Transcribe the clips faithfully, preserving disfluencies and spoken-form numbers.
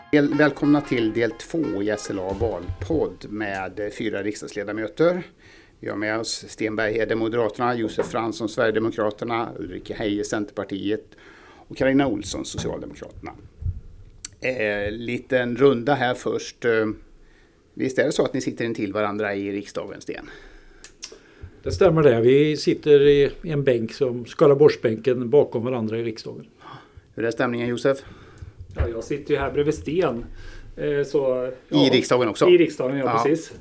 Välkomna till del två i S L A valpodd med fyra riksdagsledamöter. Vi har med oss Sten Bergheden, Moderaterna, Josef Fransson, Sverigedemokraterna, Ulrika Heie, Centerpartiet och Carina Olsson, Socialdemokraterna. Eh, liten runda här först. Visst är det så att ni sitter in till varandra i riksdagen, Sten? Det stämmer det. Vi sitter i en bänk som Skaraborgsbänken bakom varandra i riksdagen. Hur är stämningen, Josef? Ja, jag sitter ju här bredvid Sten. Så, ja, I riksdagen också? I riksdagen, ja, ja. precis.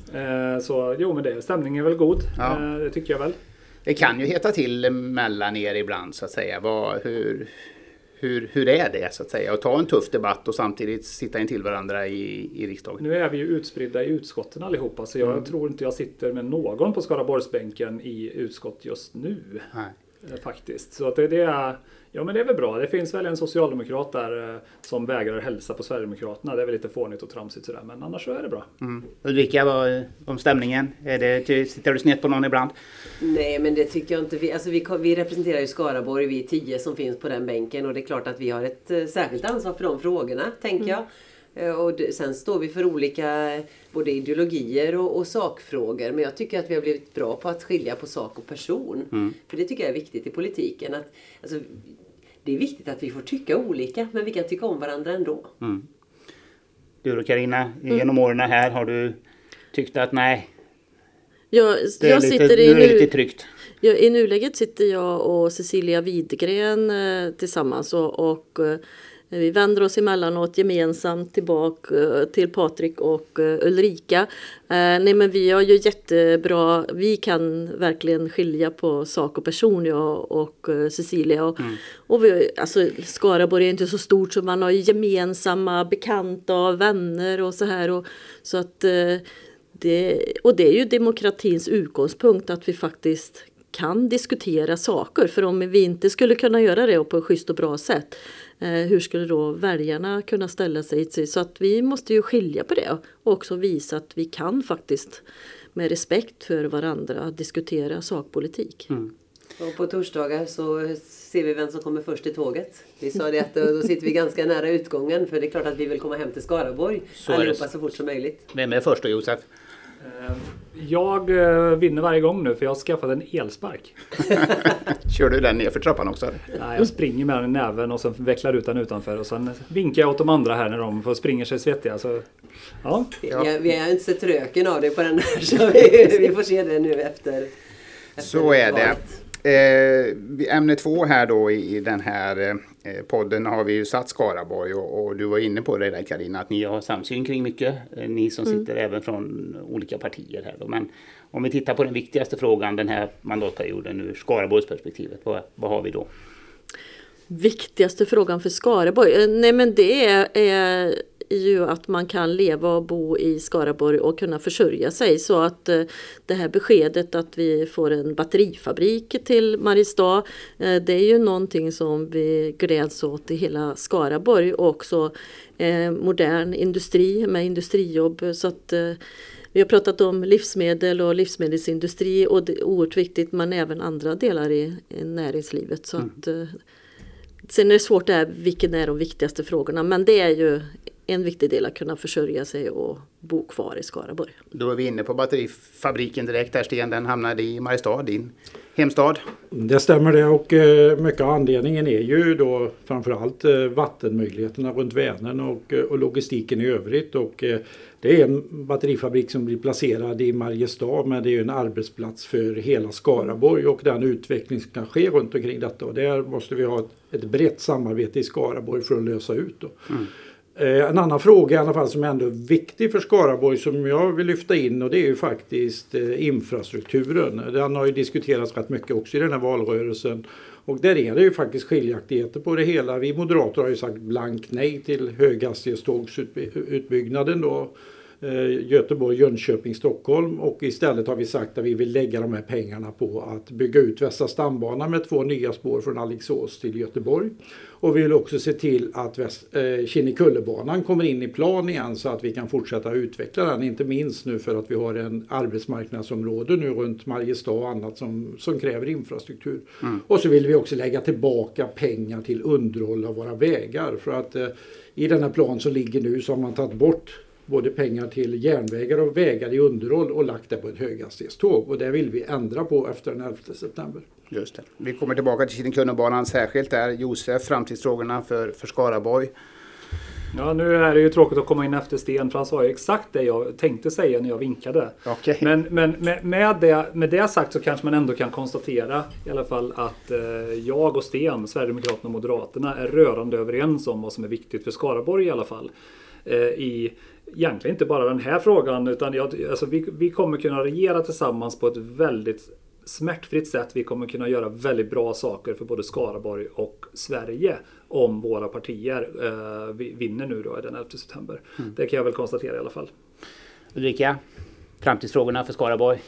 Så jo, men det, stämningen är väl god. Ja. Det tycker jag väl. Det kan ju heta till mellan er ibland, så att säga. Vad, hur, hur, hur är det, så att säga? Att ta en tuff debatt och samtidigt sitta in till varandra i, i riksdagen. Nu är vi ju utspridda i utskotten allihopa. Så jag mm. tror inte jag sitter med någon på Skaraborgsbänken i utskott just nu. Nej. Faktiskt. Så att det, det är... Ja, men det är väl bra. Det finns väl en socialdemokrat där eh, som vägrar hälsa på Sverigedemokraterna. Det är väl lite fånigt och tramsigt sådär, men annars så är det bra. Mm. Ulrika, vad om stämningen? Är det, sitter du snett på någon ibland? Nej, men det tycker jag inte. Vi, alltså vi, vi representerar ju Skaraborg, vi är tio som finns på den bänken. Och det är klart att vi har ett eh, särskilt ansvar för de frågorna, tänker mm. jag. Och det, sen står vi för olika både ideologier och, och sakfrågor. Men jag tycker att vi har blivit bra på att skilja på sak och person. Mm. För det tycker jag är viktigt i politiken. Att, alltså, det är viktigt att vi får tycka olika, men vi kan tycka om varandra ändå. Mm. Du och Carina, genom mm. åren här har du tyckt att nej, jag, det är jag lite, sitter i nu är det lite tryggt. Ja, i nuläget sitter jag och Cecilia Widgren eh, tillsammans och, och eh, vi vänder oss emellanåt gemensamt tillbaka till Patrik och Ulrika. Eh, nej men vi har ju jättebra, vi kan verkligen skilja på sak och person, jag och Cecilia. Och, mm. och vi, alltså Skaraborg är inte så stort så man har gemensamma bekanta och vänner och så här. Och, så att, eh, det, och det är ju demokratins utgångspunkt att vi faktiskt kan diskutera saker. För om vi inte skulle kunna göra det på ett schysst och bra sätt, eh, hur skulle då väljarna kunna ställa sig? Så att vi måste ju skilja på det och också visa att vi kan faktiskt med respekt för varandra diskutera sakpolitik. Mm. Och på torsdagar så ser vi vem som kommer först i tåget. Vi sa det att då sitter vi ganska nära utgången, för det är klart att vi vill komma hem till Skaraborg så allihopa så fort som möjligt. Vem är först då, Josef? Jag vinner varje gång nu för jag har skaffat en elspark. Kör du den ner för trappan också? Nej, jag springer med den i näven och sen vecklar ut den utanför och sen vinkar jag åt de andra här när de får springer sig svettiga. Så, ja. Ja, vi har inte sett röken av det på den här så vi, vi får se det nu efter, efter så är det. Eh, ämne två här då i, i den här eh, podden har vi ju satt Skaraborg och, och du var inne på det där, Carina, att ni har samsyn kring mycket. Eh, ni som mm. sitter även från olika partier här då. Men om vi tittar på den viktigaste frågan den här mandatperioden ur Skaraborgs perspektivet, vad, vad har vi då? Viktigaste frågan för Skaraborg? Nej men det är, är ju att man kan leva och bo i Skaraborg och kunna försörja sig. Så att eh, det här beskedet att vi får en batterifabrik till Mariestad, eh, det är ju någonting som vi gläds åt i hela Skaraborg. Och också eh, modern industri med industrijobb. Så att eh, vi har pratat om livsmedel och livsmedelsindustri och det är oerhört viktigt, men även andra delar i, i näringslivet. Så mm. att, eh, sen är det svårt där vilken är de viktigaste frågorna, men det är ju en viktig del att kunna försörja sig och bo kvar i Skaraborg. Då är vi inne på batterifabriken direkt här, Sten. Den hamnade i Mariestad, din hemstad. Det stämmer det, och mycket av anledningen är ju då framförallt vattenmöjligheterna runt Vänern och, och logistiken i övrigt. Och det är en batterifabrik som blir placerad i Mariestad, men det är ju en arbetsplats för hela Skaraborg och den utveckling som kan ske runt omkring detta. Och där måste vi ha ett, ett brett samarbete i Skaraborg för att lösa ut då. Mm. En annan fråga i alla fall som är ändå viktig för Skaraborg som jag vill lyfta in, och det är ju faktiskt infrastrukturen. Den har ju diskuterats rätt mycket också i den här valrörelsen. Och där är det ju faktiskt skiljaktigheter på det hela. Vi moderater har ju sagt blank nej till höghastighetstågsutbyggnaden då. Göteborg, Jönköping, Stockholm, och istället har vi sagt att vi vill lägga de här pengarna på att bygga ut Västra stambanan med två nya spår från Alingsås till Göteborg. Och vi vill också se till att Väst, eh, Kinnekullebanan kommer in i plan igen så att vi kan fortsätta utveckla den, inte minst nu för att vi har en arbetsmarknadsområde nu runt Mariestad och annat som, som kräver infrastruktur. Mm. Och så vill vi också lägga tillbaka pengar till underhåll av våra vägar, för att eh, i den här plan som ligger nu så har man tagit bort både pengar till järnvägar och vägar i underhåll och lagt det på ett höghastighetståg. Och det vill vi ändra på efter den elfte september. Just det. Vi kommer tillbaka till Kinnekullebanan särskilt där. Josef, framtidsfrågorna för, för Skaraborg. Ja, nu är det ju tråkigt att komma in efter Sten, för han sa ju exakt det jag tänkte säga när jag vinkade. Okay. Men, men med, med, det, med det sagt så kanske man ändå kan konstatera i alla fall att eh, jag och Sten, Sverigedemokraterna och Moderaterna, är rörande överens om vad som är viktigt för Skaraborg i alla fall. Eh, I egentligen inte bara den här frågan, utan jag, alltså vi, vi kommer kunna regera tillsammans på ett väldigt smärtfritt sätt. Vi kommer kunna göra väldigt bra saker för både Skaraborg och Sverige om våra partier eh, vinner nu då den elfte september. Mm. Det kan jag väl konstatera i alla fall. Ulrika, framtidsfrågorna för Skaraborg?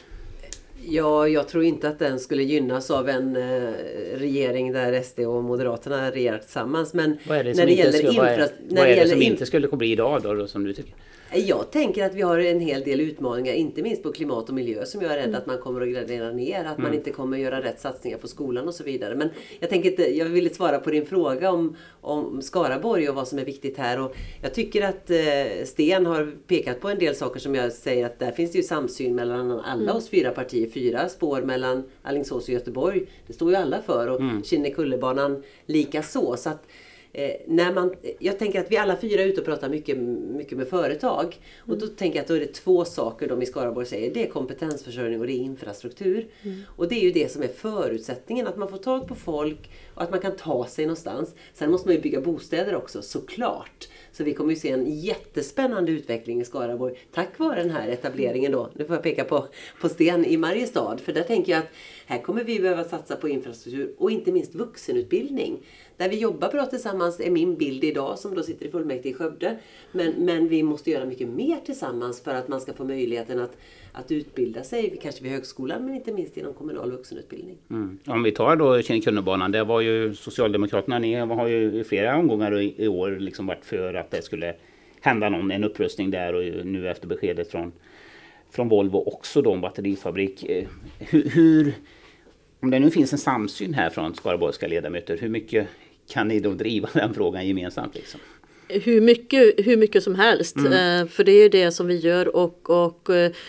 Ja, jag tror inte att den skulle gynnas av en eh, regering där S D och Moderaterna regerar tillsammans. Men vad är det som, när det inte, gäller skulle, infra- vad är, när vad är det det gäller som in- inte skulle bli idag då, då som du tycker? Jag tänker att vi har en hel del utmaningar, inte minst på klimat och miljö, som jag är rädd Mm. att man kommer att gradera ner, att Mm. man inte kommer att göra rätt satsningar på skolan och så vidare. Men jag tänker inte, jag ville svara på din fråga om, om Skaraborg och vad som är viktigt här. Och jag tycker att eh, Sten har pekat på en del saker som jag säger att där finns det ju samsyn mellan alla Mm. oss fyra partier. Fyra spår mellan Alingsås och Göteborg, det står ju alla för, och Mm. Kinnekullebanan lika så. Så att Eh, när man, jag tänker att vi alla fyra är ute och pratar mycket, mycket med företag. Och då tänker jag att då är det två saker de i Skaraborg säger. Det är kompetensförsörjning och det är infrastruktur. Mm. Och det är ju det som är förutsättningen. Att man får tag på folk och att man kan ta sig någonstans. Sen måste man ju bygga bostäder också, såklart. Så vi kommer ju se en jättespännande utveckling i Skaraborg tack vare den här etableringen då. Nu får jag peka på, på Sten i Mariestad. För där tänker jag att här kommer vi behöva satsa på infrastruktur och inte minst vuxenutbildning. Där vi jobbar bra tillsammans är min bild idag som då sitter i fullmäktige i Skövde. Men, men vi måste göra mycket mer tillsammans för att man ska få möjligheten att, att utbilda sig. Kanske vid högskolan men inte minst inom kommunal vuxenutbildning. Mm. Om vi tar då Kinnekullebanan, det var ju Socialdemokraterna, ni har ju i flera omgångar i, i år liksom varit för att det skulle hända någon, en upprustning där, och nu efter beskedet från, från Volvo också då om batterifabrik. Hur, hur, om det nu finns en samsyn här från skaraborgska ledamöter, hur mycket kan ni då driva den frågan gemensamt liksom? Hur mycket, hur mycket som helst, mm. för det är det som vi gör, och, och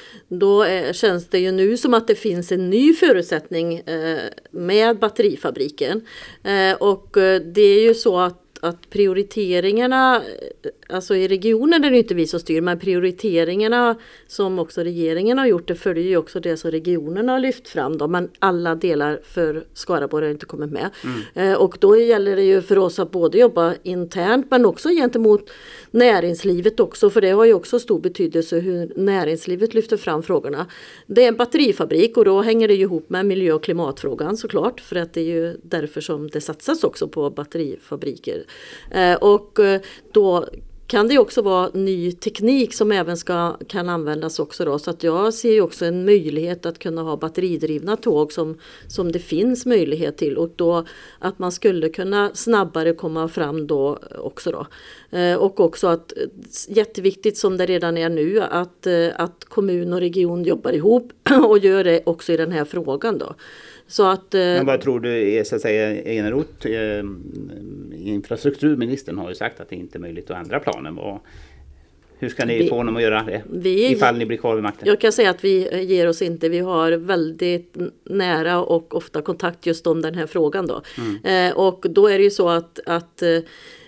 då är, känns det ju nu som att det finns en ny förutsättning med batterifabriken, och det är ju så att att prioriteringarna, alltså i regionen är det inte vi som styr, men prioriteringarna som också regeringen har gjort, det följer ju också det som regionen har lyft fram då, men alla delar för Skaraborg har inte kommit med. Mm. Eh, och då gäller det ju för oss att både jobba internt men också gentemot näringslivet också, för det har ju också stor betydelse hur näringslivet lyfter fram frågorna. Det är en batterifabrik och då hänger det ju ihop med miljö- och klimatfrågan såklart, för att det är ju därför som det satsas också på batterifabriker. Eh, och då kan det också vara ny teknik som även ska, kan användas också då. Så att jag ser ju också en möjlighet att kunna ha batteridrivna tåg som, som det finns möjlighet till. Och då att man skulle kunna snabbare komma fram då också då. Eh, och också att jätteviktigt som det redan är nu att, att kommun och region jobbar ihop och gör det också i den här frågan då. Så att, men vad tror du är så att säga Eneroth, eh, infrastrukturministern har ju sagt att det inte är möjligt att ändra planen. Och hur ska ni vi, få honom att göra det vi, ifall ni blir kvar vid makten? Jag kan säga att vi ger oss inte. Vi har väldigt nära och ofta kontakt just om den här frågan då. Mm. Eh, och då är det ju så att, att eh,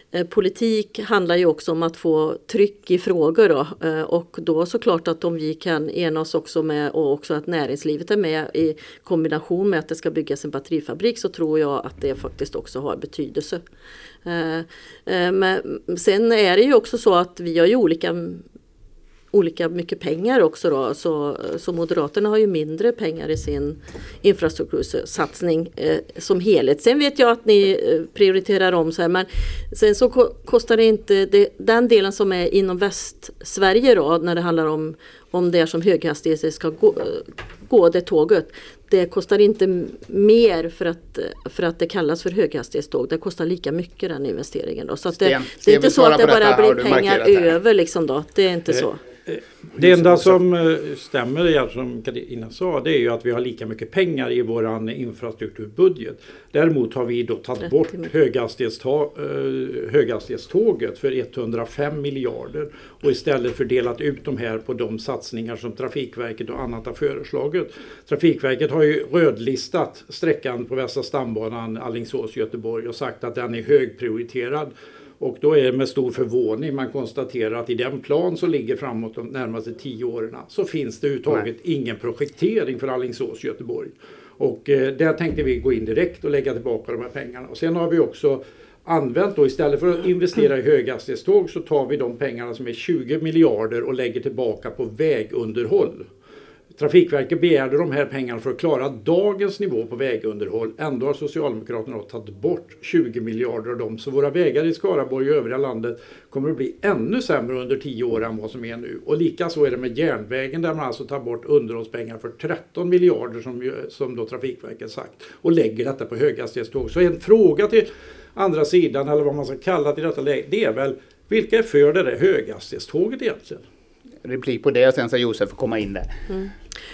politik handlar ju också om att få tryck i frågor då, och då såklart att om vi kan enas också med, och också att näringslivet är med i kombination med att det ska byggas en batterifabrik, så tror jag att det faktiskt också har betydelse. Men sen är det ju också så att vi har ju olika olika mycket pengar också då. Så, så Moderaterna har ju mindre pengar i sin infrastruktursatsning eh, som helhet. Sen vet jag att ni prioriterar om så här, men sen så ko- kostar det inte det, den delen som är inom Västsverige då, när det handlar om, om det som höghastighet ska gå, gå det tåget. Det kostar inte mer för att, för att det kallas för höghastighetståg. Det kostar lika mycket den investeringen då. Så att det, Sten, det är inte så att det bara detta, blir pengar över liksom då. Det är inte eh, så. Det enda som stämmer igen, som Carina sa, det är ju att vi har lika mycket pengar i våran infrastrukturbudget. Däremot har vi då tagit bort höghastighetståget för etthundrafem miljarder och istället fördelat ut de här på de satsningar som Trafikverket och annat har föreslagit. Trafikverket har ju rödlistat sträckan på Västra stambanan Alingsås-Göteborg och sagt att den är högprioriterad. Och då är det med stor förvåning man konstaterar att i den plan som ligger framåt de närmaste tio åren så finns det överhuvudtaget ingen projektering för Alingsås-Göteborg. Och eh, där tänkte vi gå in direkt och lägga tillbaka de här pengarna. Och sen har vi också använt då, istället för att investera i höghastighetståg så tar vi de pengarna som är tjugo miljarder och lägger tillbaka på vägunderhåll. Trafikverket begärde de här pengarna för att klara dagens nivå på vägunderhåll. Ändå har Socialdemokraterna tagit bort tjugo miljarder av dem. Så våra vägar i Skaraborg och övriga landet kommer att bli ännu sämre under tio år än vad som är nu. Och lika så är det med järnvägen där man alltså tar bort underhållspengar för tretton miljarder som, som då Trafikverket sagt. Och lägger detta på höghastighetståg. Så en fråga till andra sidan, eller vad man ska kalla till detta läge, det är väl vilka är för det där höghastighetståget egentligen? Replik på det och sen så Josef får komma in där. Mm.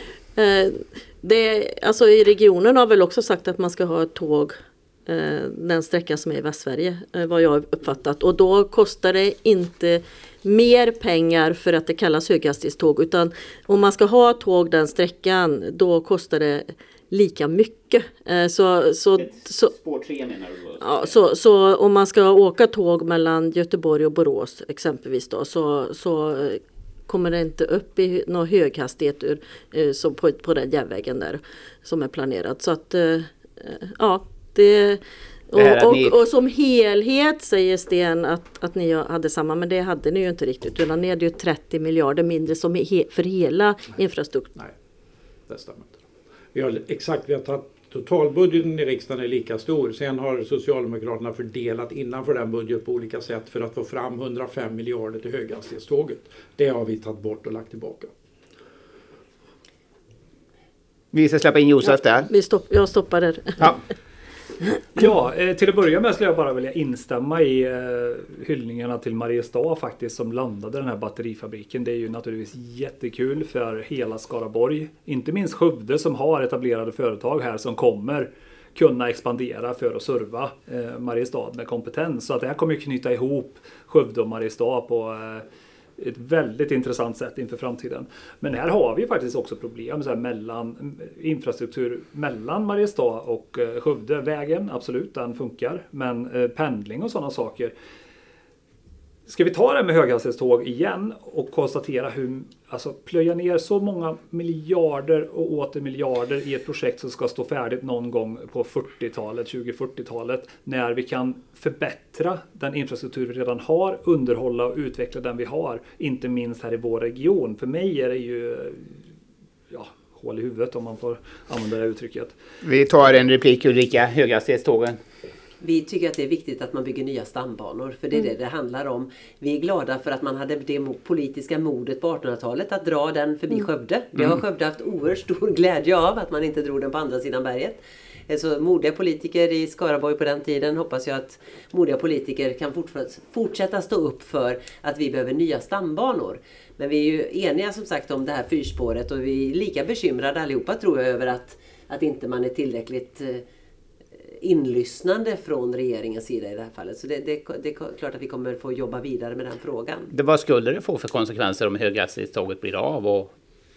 Eh, det, alltså i regionen har väl också sagt att man ska ha ett tåg eh, den sträckan som är i Västsverige, eh, vad jag har uppfattat. Och då kostar det inte mer pengar för att det kallas höghastighetståg, utan om man ska ha tåg den sträckan då kostar det lika mycket. Eh, så, så, så, spår tre menar du? Ja, så, så om man ska åka tåg mellan Göteborg och Borås exempelvis då, så, så kommer det inte upp i någon höghastighet ur, eh, så på, på den järnvägen där som är planerad. Så att, eh, ja, det... Och, och, ni... och som helhet säger Sten att, att ni hade samma, men det hade ni ju inte riktigt. Utan ni hade ju trettio miljarder mindre som he, för hela infrastrukturen. Nej, det stämmer inte. Vi har exakt, vi har tagit totalbudgeten i riksdagen är lika stor. Sen har Socialdemokraterna fördelat innanför den budget på olika sätt för att få fram hundrafem miljarder till höghastighetståget. Det har vi tagit bort och lagt tillbaka. Vi ska släppa in Josef där. Vi stopp, jag stoppar där. Ja. Ja, till att börja med skulle jag bara vilja instämma i eh, hyllningarna till Mariestad faktiskt som landade den här batterifabriken. Det är ju naturligtvis jättekul för hela Skaraborg. Inte minst Skövde som har etablerade företag här som kommer kunna expandera för att serva eh, Mariestad med kompetens. Så att det här kommer knyta ihop Skövde och Mariestad på eh, ett väldigt intressant sätt inför framtiden. Men här har vi faktiskt också problem så här, mellan infrastruktur mellan Mariestad och eh, Skövde. Vägen, absolut, den funkar. Men eh, pendling och sådana saker. Ska vi ta det med höghastighetståg igen och konstatera hur, alltså plöja ner så många miljarder och åter miljarder i ett projekt som ska stå färdigt någon gång på fyrtiotalet, tjugo-fyrtiotalet, när vi kan förbättra den infrastruktur vi redan har, underhålla och utveckla den vi har, inte minst här i vår region. För mig är det ju, ja, hål i huvudet om man får använda det uttrycket. Vi tar en replik Ulrika, höghastighetstågen. Vi tycker att det är viktigt att man bygger nya stambanor, för det är det det handlar om. Vi är glada för att man hade det politiska modet på artonhundratalet att dra den förbi Skövde. Det har Skövde haft oerhört stor glädje av, att man inte drog den på andra sidan berget. Så modiga politiker i Skaraborg på den tiden, hoppas jag att modiga politiker kan fortsätta stå upp för att vi behöver nya stambanor. Men vi är ju eniga som sagt om det här fyrspåret, och vi är lika bekymrade allihopa tror jag över att, att inte man är tillräckligt inlyssnande från regeringens sida i det här fallet. Så det, det, det är klart att vi kommer få jobba vidare med den frågan. Det, vad skulle det få för konsekvenser om höghastighetståget blir av? Och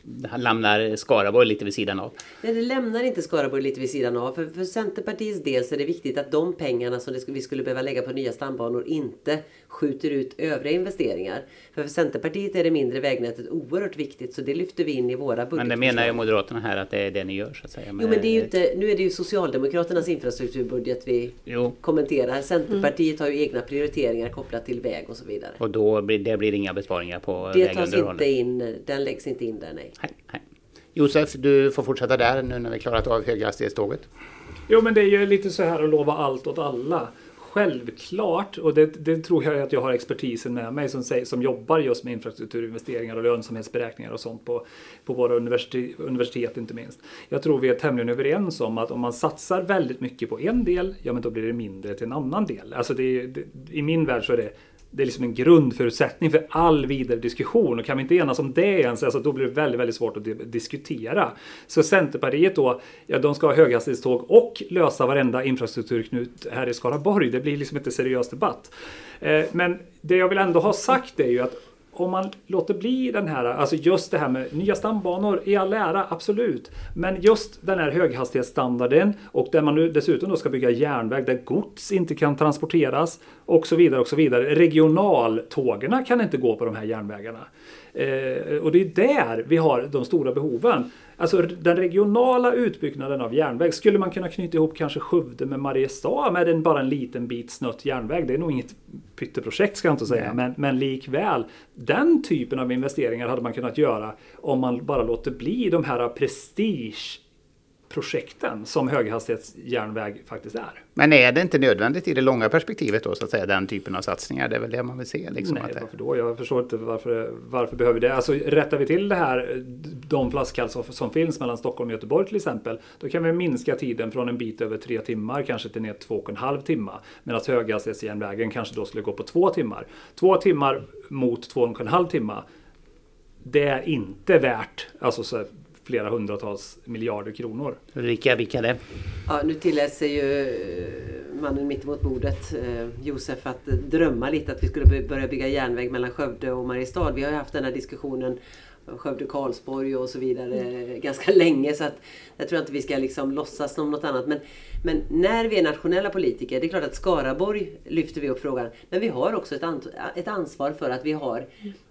lämnar Skaraborg lite vid sidan av? Nej, det lämnar inte Skaraborg lite vid sidan av. För, för Centerpartiets del så är det viktigt att de pengarna som det, vi skulle behöva lägga på nya stambanor inte skjuter ut övriga investeringar. För, för Centerpartiet är det mindre vägnätet oerhört viktigt, så det lyfter vi in i våra budgetförslag. Men det menar ju Moderaterna här att det är det ni gör, så att säga. Jo, men det är ju inte, nu är det ju Socialdemokraternas infrastrukturbudget vi jo. kommenterar. Centerpartiet mm. har ju egna prioriteringar kopplat till väg och så vidare. Och då blir det blir inga besparingar på det tas inte in, den läggs inte in där, nej. nej, nej. Josef, du får fortsätta där nu när vi klarat av höghastighetståget. Jo, men det är ju lite så här att lova allt åt alla. Självklart, och det, det tror jag att jag har expertisen med mig som, säger, som jobbar just med infrastrukturinvesteringar och lönsamhetsberäkningar och sånt på, på våra universitet, universitet inte minst. Jag tror vi är tämligen överens om att om man satsar väldigt mycket på en del, ja men då blir det mindre till en annan del. Alltså det, det, i min värld så är det Det är liksom en grundförutsättning för all vidare diskussion, och kan vi inte enas om det ens, alltså då blir det väldigt, väldigt svårt att diskutera. Så Centerpartiet då, ja, de ska ha höghastighetståg och lösa varenda infrastrukturknut här i Skaraborg. Det blir liksom inte seriös debatt. Eh, men det jag vill ändå ha sagt är ju att om man låter bli den här, alltså just det här med nya stambanor i all ära, absolut. Men just den här höghastighetsstandarden, och där man nu dessutom då ska bygga järnväg där gods inte kan transporteras och så vidare och så vidare. Regionaltågerna kan inte gå på de här järnvägarna. Eh, och det är där vi har de stora behoven. Alltså den regionala utbyggnaden av järnväg, skulle man kunna knyta ihop kanske Skövde med Mariestad med en, bara en liten bit snött järnväg. Det är nog inget pytteprojekt, ska jag inte säga, men, men likväl den typen av investeringar hade man kunnat göra om man bara låter bli de här prestigeprojekten som höghastighetsjärnväg faktiskt är. Men är det inte nödvändigt i det långa perspektivet då, så att säga, den typen av satsningar? Det är väl det man vill se. Liksom. Nej, varför då? Jag förstår inte varför, varför behöver det. Alltså rättar vi till det här, de flaskhalsar som finns mellan Stockholm och Göteborg till exempel, då kan vi minska tiden från en bit över tre timmar kanske till ner två och en halv timmar. Medan höghastighetsjärnvägen kanske då skulle gå på två timmar. Två timmar mot två och en halv timmar, det är inte värt, alltså så flera hundratals miljarder kronor. Ulrika, vilka det? Ja, nu tilläser ju mannen mitt emot bordet, eh, Josef, att drömma lite att vi skulle börja bygga järnväg mellan Skövde och Mariestad. Vi har ju haft den här diskussionen Skövde-Karlsborg och så vidare mm. ganska länge, så att jag tror inte vi ska liksom låtsas om något annat. Men, men när vi är nationella politiker, det är klart att Skaraborg lyfter vi upp frågan, men vi har också ett, an- ett ansvar för att vi har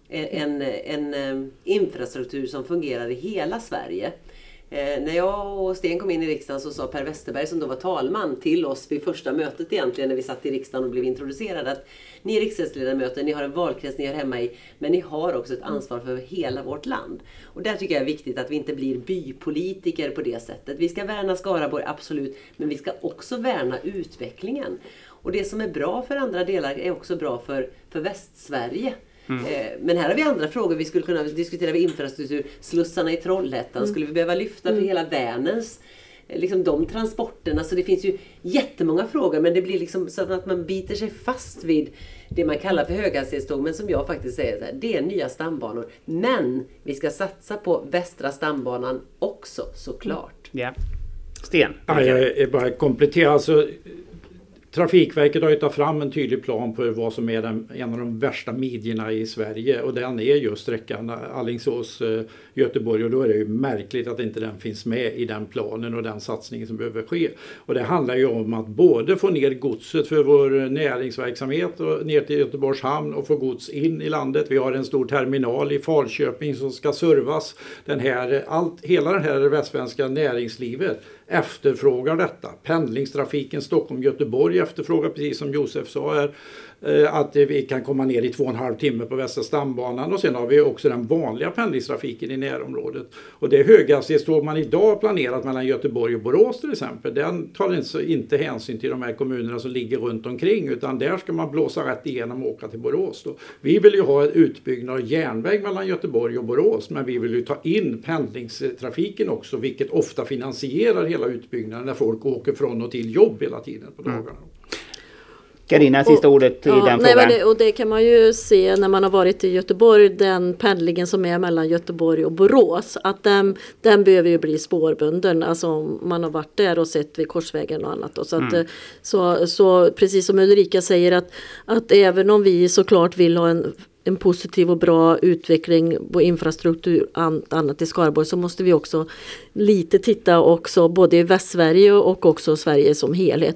En, en, en infrastruktur som fungerar i hela Sverige. Eh, när jag och Sten kom in i riksdagen så sa Per Westerberg, som då var talman till oss vid första mötet egentligen när vi satt i riksdagen och blev introducerade, att ni är riksdagsledamöter, ni har en valkrets ni hör hemma i, men ni har också ett ansvar för hela vårt land. Och där tycker jag är viktigt att vi inte blir bypolitiker på det sättet. Vi ska värna Skaraborg, absolut, men vi ska också värna utvecklingen. Och det som är bra för andra delar är också bra för, för Västsverige. Mm. Men här har vi andra frågor. Vi skulle kunna diskutera vid infrastruktur, slussarna i Trollhättan, mm. skulle vi behöva lyfta för mm. hela Vänerns, liksom de transporterna. Så det finns ju jättemånga frågor, men det blir liksom så att man biter sig fast vid det man kallar för höghastighetståg, men som jag faktiskt säger så här, det är nya stambanor. Men vi ska satsa på västra stambanan också, såklart. Ja. Yeah. Sten? Ja, jag är bara komplettera, alltså Trafikverket har ju tagit fram en tydlig plan på vad som är den, en av de värsta midjorna i Sverige, och den är just sträckan Alingsås-Göteborg, och då är det ju märkligt att inte den finns med i den planen och den satsningen som behöver ske. Och det handlar ju om att både få ner godset för vår näringsverksamhet och ner till Göteborgs hamn och få gods in i landet. Vi har en stor terminal i Falköping som ska servas. Den här, allt, hela det här västsvenska näringslivet efterfrågar detta. Pendlingstrafiken Stockholm-Göteborg efterfrågar, precis som Josef sa här, att vi kan komma ner i två och en halv timme på västra stambanan, och sen har vi också den vanliga pendlingstrafiken i närområdet. Och det höghastighetståg man idag planerat mellan Göteborg och Borås till exempel, den tar inte hänsyn till de här kommunerna som ligger runt omkring, utan där ska man blåsa rätt igenom och åka till Borås då. Vi vill ju ha en utbyggnad av järnväg mellan Göteborg och Borås, men vi vill ju ta in pendlingstrafiken också, vilket ofta finansierar hela utbyggnaden när folk åker från och till jobb hela tiden på dagarna. Mm. Carina, sista ordet i ja, den nej, frågan. Det, och det kan man ju se när man har varit i Göteborg, den pendlingen som är mellan Göteborg och Borås, att den, den behöver ju bli spårbunden. Alltså man har varit där och sett vid Korsvägen och annat. Då. Så, mm. att, så, så precis som Ulrika säger, att, att även om vi såklart vill ha en en positiv och bra utveckling på infrastruktur och annat i Skaraborg, så måste vi också lite titta också både i Västsverige och också Sverige som helhet.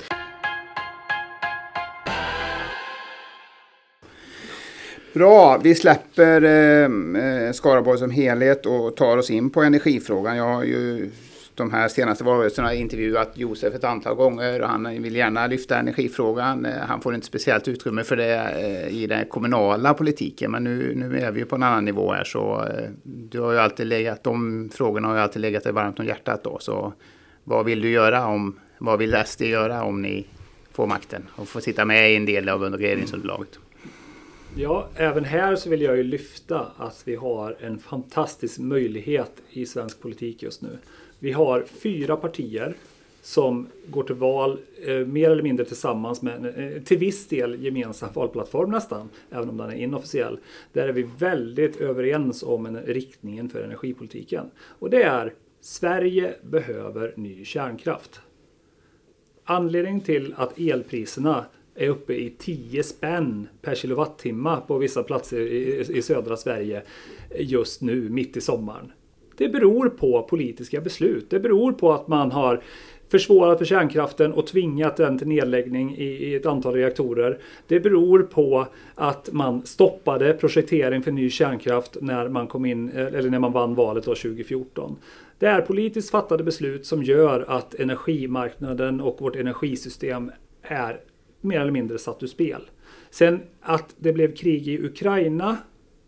Bra, vi släpper eh, Skaraborg som helhet och tar oss in på energifrågan. Jag har ju de här senaste valrörelserna intervjuat Josef ett antal gånger och han vill gärna lyfta energifrågan. Han får inte speciellt utrymme för det eh, i den kommunala politiken, men nu, nu är vi ju på en annan nivå här, så eh, du har ju alltid legat, de frågorna har ju alltid legat dig varmt om hjärtat då. Så vad vill du göra om, vad vill S D göra om ni får makten och får sitta med i en del av regeringsunderlaget? Ja, även här så vill jag ju lyfta att vi har en fantastisk möjlighet i svensk politik just nu. Vi har fyra partier som går till val eh, mer eller mindre tillsammans med eh, till viss del gemensam valplattform nästan, även om den är inofficiell. Där är vi väldigt överens om en riktningen för energipolitiken. Och det är Sverige behöver ny kärnkraft. Anledningen till att elpriserna är uppe i tio spänn per kilowattimme på vissa platser i, i södra Sverige just nu, mitt i sommaren. Det beror på politiska beslut. Det beror på att man har försvårat för kärnkraften och tvingat den till nedläggning i, i ett antal reaktorer. Det beror på att man stoppade projektering för ny kärnkraft när man kom in, eller när man vann valet då tjugo fjorton. Det är politiskt fattade beslut som gör att energimarknaden och vårt energisystem är mer eller mindre satt ur spel. Sen att det blev krig i Ukraina,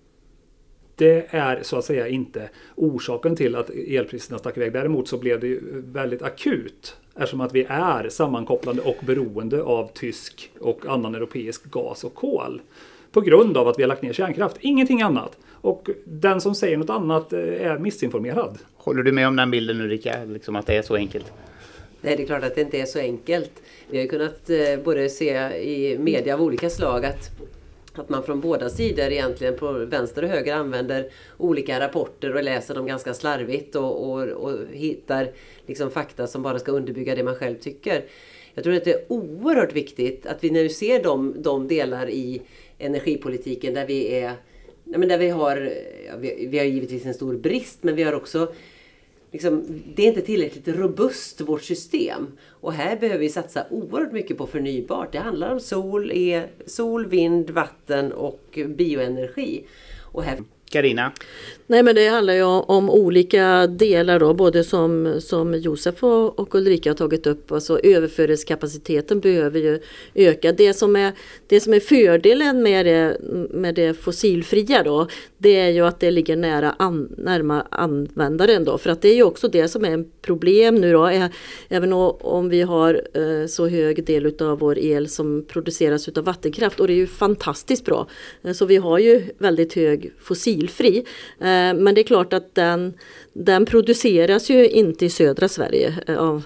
det är så att säga inte orsaken till att elpriserna stack iväg. Däremot så blev det ju väldigt akut eftersom att vi är sammankopplade och beroende av tysk och annan europeisk gas och kol. På grund av att vi har lagt ner kärnkraft. Ingenting annat. Och den som säger något annat är missinformerad. Håller du med om den bilden, Ulrika? Liksom att det är så enkelt? Nej, det är klart att det inte är så enkelt. Vi har ju kunnat eh, både se i media av olika slag att, att man från båda sidor egentligen på vänster och höger använder olika rapporter och läser dem ganska slarvigt och, och, och hittar liksom fakta som bara ska underbygga det man själv tycker. Jag tror att det är oerhört viktigt att vi nu ser de, de delar i energipolitiken där vi är, men där vi har, ja, vi, vi har givetvis en stor brist, men vi har också liksom, det är inte tillräckligt robust vårt system. Och här behöver vi satsa oerhört mycket på förnybart. Det handlar om sol, e, sol vind, vatten och bioenergi. Och här... Carina? Nej, men det handlar ju om olika delar då, både som, som Josef och, och Ulrika har tagit upp. Alltså överföringskapaciteten behöver ju öka. Det som är, det som är fördelen med det, med det fossilfria då, det är ju att det ligger nära an, närmare användaren då. För att det är ju också det som är en problem nu då, är, även om vi har eh, så hög del av vår el som produceras utav vattenkraft, och det är ju fantastiskt bra. Eh, så vi har ju väldigt hög fossilfri. Eh, Men det är klart att den, den produceras ju inte i södra Sverige av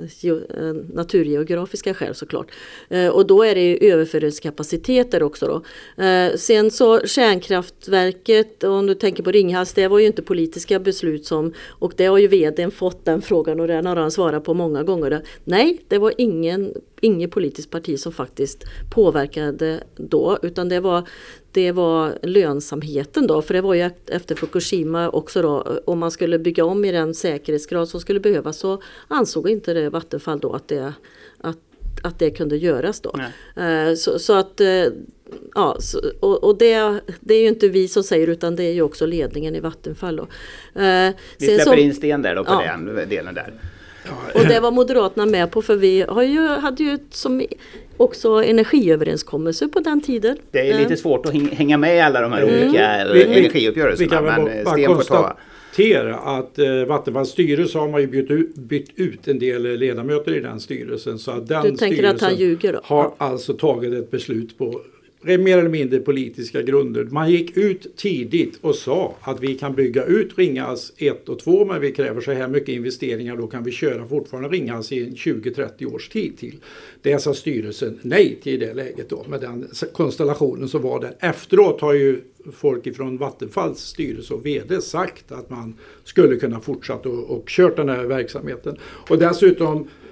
naturgeografiska skäl såklart. Och då är det ju överföringskapaciteter också då. Sen så kärnkraftverket, om du tänker på Ringhals, det var ju inte politiska beslut som, och det har ju vdn fått den frågan och den har han svarat på många gånger. Nej, det var ingen, ingen politisk parti som faktiskt påverkade då, utan det var Det var lönsamheten då, för det var ju efter Fukushima också då, om man skulle bygga om i den säkerhetsgrad som skulle behövas, så ansåg inte det Vattenfall då att det, att, att det kunde göras då. Uh, så, så att, uh, ja, så, och, och det, det är ju inte vi som säger, utan det är ju också ledningen i Vattenfall då. Uh, vi släpper så, in Sten där då på ja. den delen där. Och det var Moderaterna med på, för vi har ju, hade ju som också energiöverenskommelser på den tiden. Det är lite svårt att hänga med i alla de här mm. olika energiuppgörelserna. Vi kan väl men bara Sten konstatera att eh, Vattenfalls styrelse har man ju bytt ut, bytt ut en del ledamöter i den styrelsen. Så att den du tänker att han ljuger då? Har alltså tagit ett beslut på mer eller mindre politiska grunder. Man gick ut tidigt och sa att vi kan bygga ut Ringhals ett och två, men vi kräver så här mycket investeringar, då kan vi köra fortfarande Ringhals i tjugo till trettio års tid till. Det sa styrelsen nej till i det läget då, med den konstellationen som var där. Efteråt har ju folk ifrån Vattenfalls styrelse och vd sagt att man skulle kunna fortsätta och, och kört den här verksamheten. Och dessutom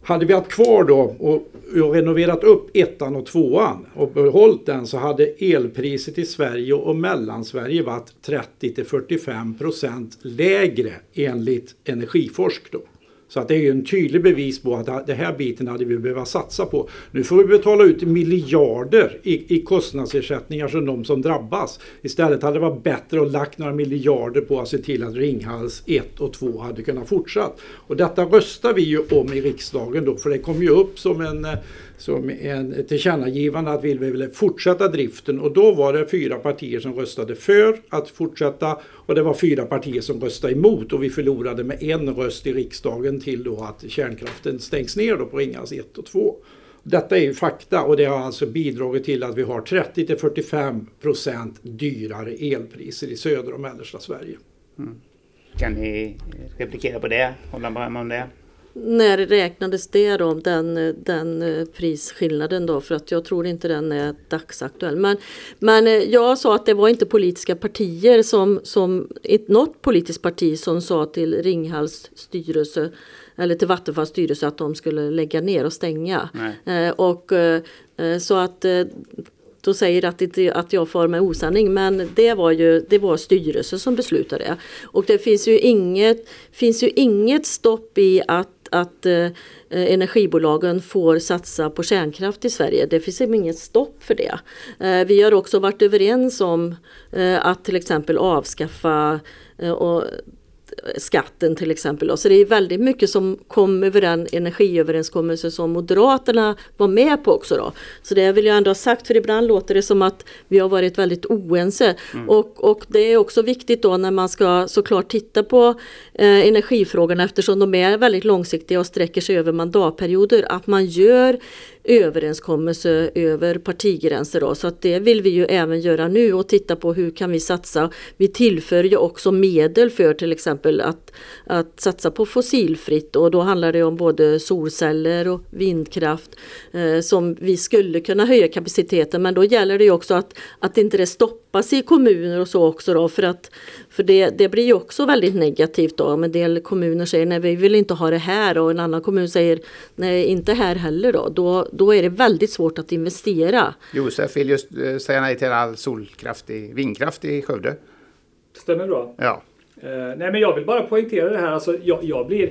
hade vi haft kvar då och, och renoverat upp ettan och tvåan och behållit den, så hade elpriset i Sverige och Mellansverige varit trettio till fyrtiofem procent lägre enligt Energiforsk då. Så att det är ju en tydlig bevis på att det här biten hade vi behövt satsa på. Nu får vi betala ut miljarder i, i kostnadsersättningar som de som drabbas. Istället hade det varit bättre att lagt några miljarder på att se till att Ringhals ett och två hade kunnat fortsatt. Och detta röstar vi ju om i riksdagen då, för det kom ju upp som en, som en tillkännagivande att vi ville fortsätta driften. Och då var det fyra partier som röstade för att fortsätta och det var fyra partier som röstade emot, och vi förlorade med en röst i riksdagen till då att kärnkraften stängs ner då på Ringhals ett och två. Detta är ju fakta, och det har alltså bidragit till att vi har trettio till fyrtiofem procent dyrare elpriser i södra och mellersta Sverige. Mm. Kan ni replikera på det? Hålla med om det? När räknades det då, den, den prisskillnaden då? För att jag tror inte den är dagsaktuell. Men, men jag sa att det var inte politiska partier som, som något politiskt parti som sa till Ringhals styrelse eller till Vattenfalls styrelse att de skulle lägga ner och stänga. Eh, och eh, så att eh, då säger att, inte, att jag får med osanning, men det var ju det var styrelsen som beslutade det. Och det finns ju inget, finns ju inget stopp i att att eh, energibolagen får satsa på kärnkraft i Sverige. Det finns inget stopp för det. Eh, vi har också varit överens om eh, att till exempel avskaffa eh, och skatten till exempel. Så det är väldigt mycket som kom över den energiöverenskommelse som Moderaterna var med på också då. Så det vill jag ändå ha sagt, för ibland låter det som att vi har varit väldigt oense. Mm. Och, och det är också viktigt då när man ska såklart titta på eh, energifrågorna, eftersom de är väldigt långsiktiga och sträcker sig över mandatperioder, att man gör överenskommelse över partigränser då. Så att det vill vi ju även göra nu och titta på hur kan vi satsa. Vi tillför ju också medel för till exempel att, att satsa på fossilfritt, och då handlar det om både solceller och vindkraft eh, som vi skulle kunna höja kapaciteten, men då gäller det ju också att, att inte det stoppas i kommuner och så också då, för att för det, det blir ju också väldigt negativt då. Om en del kommuner säger nej, vi vill inte ha det här, och en annan kommun säger nej, inte här heller då. Då, då är det väldigt svårt att investera. Josef vill just uh, säga nej till all solkraft i, vindkraft i Skövde. Stämmer bra. Ja. Uh, nej, men jag vill bara poängtera det här. Alltså, jag, jag blir...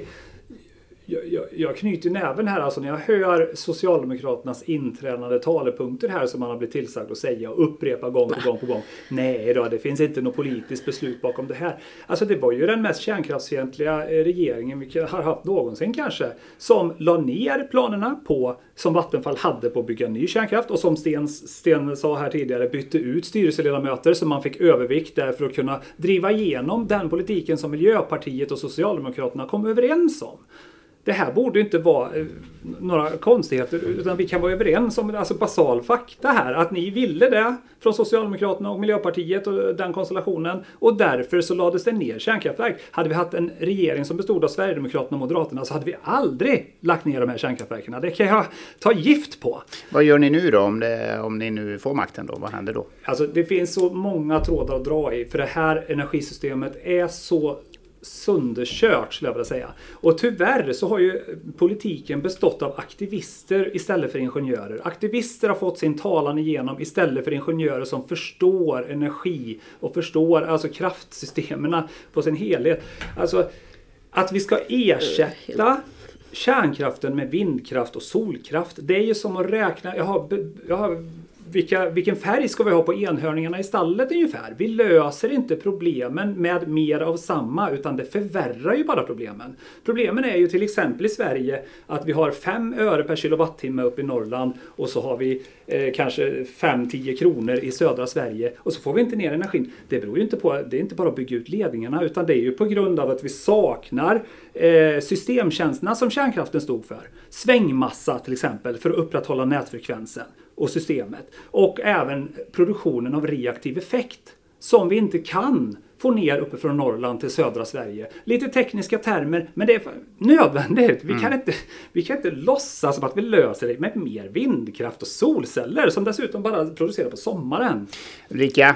Jag, jag, jag knyter näven här alltså när jag hör Socialdemokraternas intränade talepunkter här som man har blivit tillsagd att säga och upprepa gång på gång på gång. Nej då, det finns inte något politiskt beslut bakom det här. Alltså det var ju den mest kärnkraftsfientliga regeringen vi har haft någonsin kanske, som la ner planerna på, som Vattenfall hade på att bygga ny kärnkraft, och som Sten, Sten sa här tidigare, bytte ut styrelseledamöter så man fick övervikt där för att kunna driva igenom den politiken som Miljöpartiet och Socialdemokraterna kom överens om. Det här borde inte vara eh, några konstigheter, utan vi kan vara överens om alltså basal fakta här. Att ni ville det från Socialdemokraterna och Miljöpartiet och den konstellationen, och därför så lades det ner kärnkraftverk. Hade vi haft en regering som bestod av Sverigedemokraterna och Moderaterna så hade vi aldrig lagt ner de här kärnkraftverken. Det kan jag ta gift på. Vad gör ni nu då om, det, om ni nu får makten då? Vad händer då? Alltså det finns så många trådar att dra i, för det här energisystemet är så sönderkört skulle jag vilja säga. Och tyvärr så har ju politiken bestått av aktivister istället för ingenjörer. Aktivister har fått sin talan igenom istället för ingenjörer som förstår energi och förstår alltså kraftsystemen på sin helhet. Alltså att vi ska ersätta kärnkraften med vindkraft och solkraft, det är ju som att räkna, jag har, jag har Vilka, vilken färg ska vi ha på enhörningarna i stallet ungefär? Vi löser inte problemen med mer av samma, utan det förvärrar ju bara problemen. Problemen är ju till exempel i Sverige att vi har fem öre per kilowattimme upp i Norrland, och så har vi eh, kanske fem till tio kronor i södra Sverige, och så får vi inte ner energin. Det beror ju inte på, det är inte bara att bygga ut ledningarna, utan det är ju på grund av att vi saknar eh, systemtjänsterna som kärnkraften stod för. Svängmassa till exempel för att upprätthålla nätfrekvensen och systemet, och även produktionen av reaktiv effekt som vi inte kan få ner uppe från Norrland till södra Sverige. Lite tekniska termer, men det är nödvändigt. Vi, mm. kan inte, vi kan inte låtsas som att vi löser det med mer vindkraft och solceller som dessutom bara producerar på sommaren. Ulrika?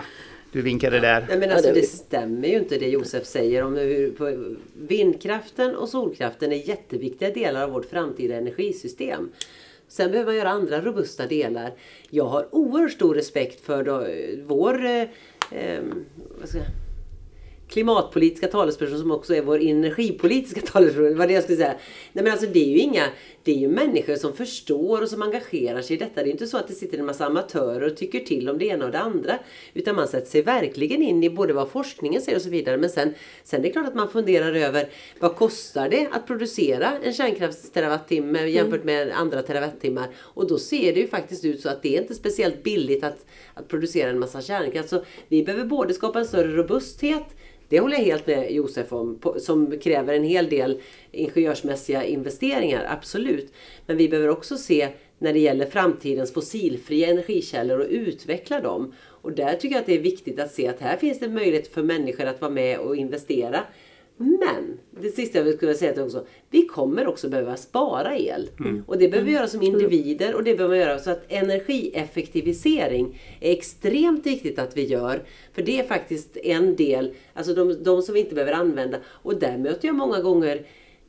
Du vinkade där. Nej, men alltså, det stämmer ju inte det Josef säger om hur på vindkraften och solkraften är jätteviktiga delar av vårt framtida energisystem. Sen behöver man göra andra robusta delar. Jag har oerhört stor respekt för då, vår eh, vad ska jag, klimatpolitiska talesperson som också är vår energipolitiska talesperson. Vad det jag skulle säga. Nej, men alltså, det är ju inga, det är ju människor som förstår och som engagerar sig i detta. Det är inte så att det sitter en massa amatörer och tycker till om det ena och det andra. Utan man sätter sig verkligen in i både vad forskningen säger och så vidare. Men sen, sen är det klart att man funderar över vad kostar det att producera en kärnkraftsterawattimme jämfört med andra terawattimmar. Och då ser det ju faktiskt ut så att det är inte speciellt billigt att, att producera en massa kärnkraft. Så vi behöver både skapa en större robusthet. Det håller jag helt med Josef om, som kräver en hel del ingenjörsmässiga investeringar, absolut. Men vi behöver också se när det gäller framtidens fossilfria energikällor och utveckla dem. Och där tycker jag att det är viktigt att se att här finns det möjlighet för människor att vara med och investera. Men det sista jag vill kunna säga är också, vi kommer också behöva spara el. Mm. Och det behöver vi göra som individer och det behöver vi göra så att energieffektivisering är extremt viktigt att vi gör. För det är faktiskt en del, alltså de, de som vi inte behöver använda. Och där möter jag många gånger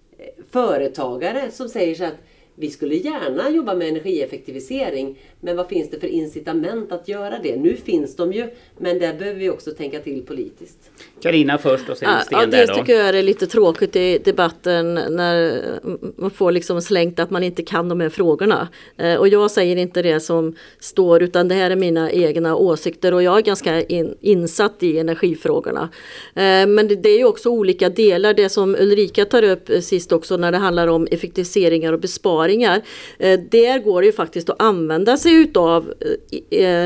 företagare som säger så att vi skulle gärna jobba med energieffektivisering, men vad finns det för incitament att göra det? Nu finns de ju, men där behöver vi också tänka till politiskt. Carina först och sen ja, Sten ja, där då. Det tycker jag är lite tråkigt i debatten när man får liksom slängt att man inte kan de här frågorna. Eh, och jag säger inte det som står, utan det här är mina egna åsikter och jag är ganska in, insatt i energifrågorna. Eh, men det, det är ju också olika delar, det som Ulrika tar upp sist också när det handlar om effektiviseringar och besparingar. Eh, där går det ju faktiskt att använda sig utav eh,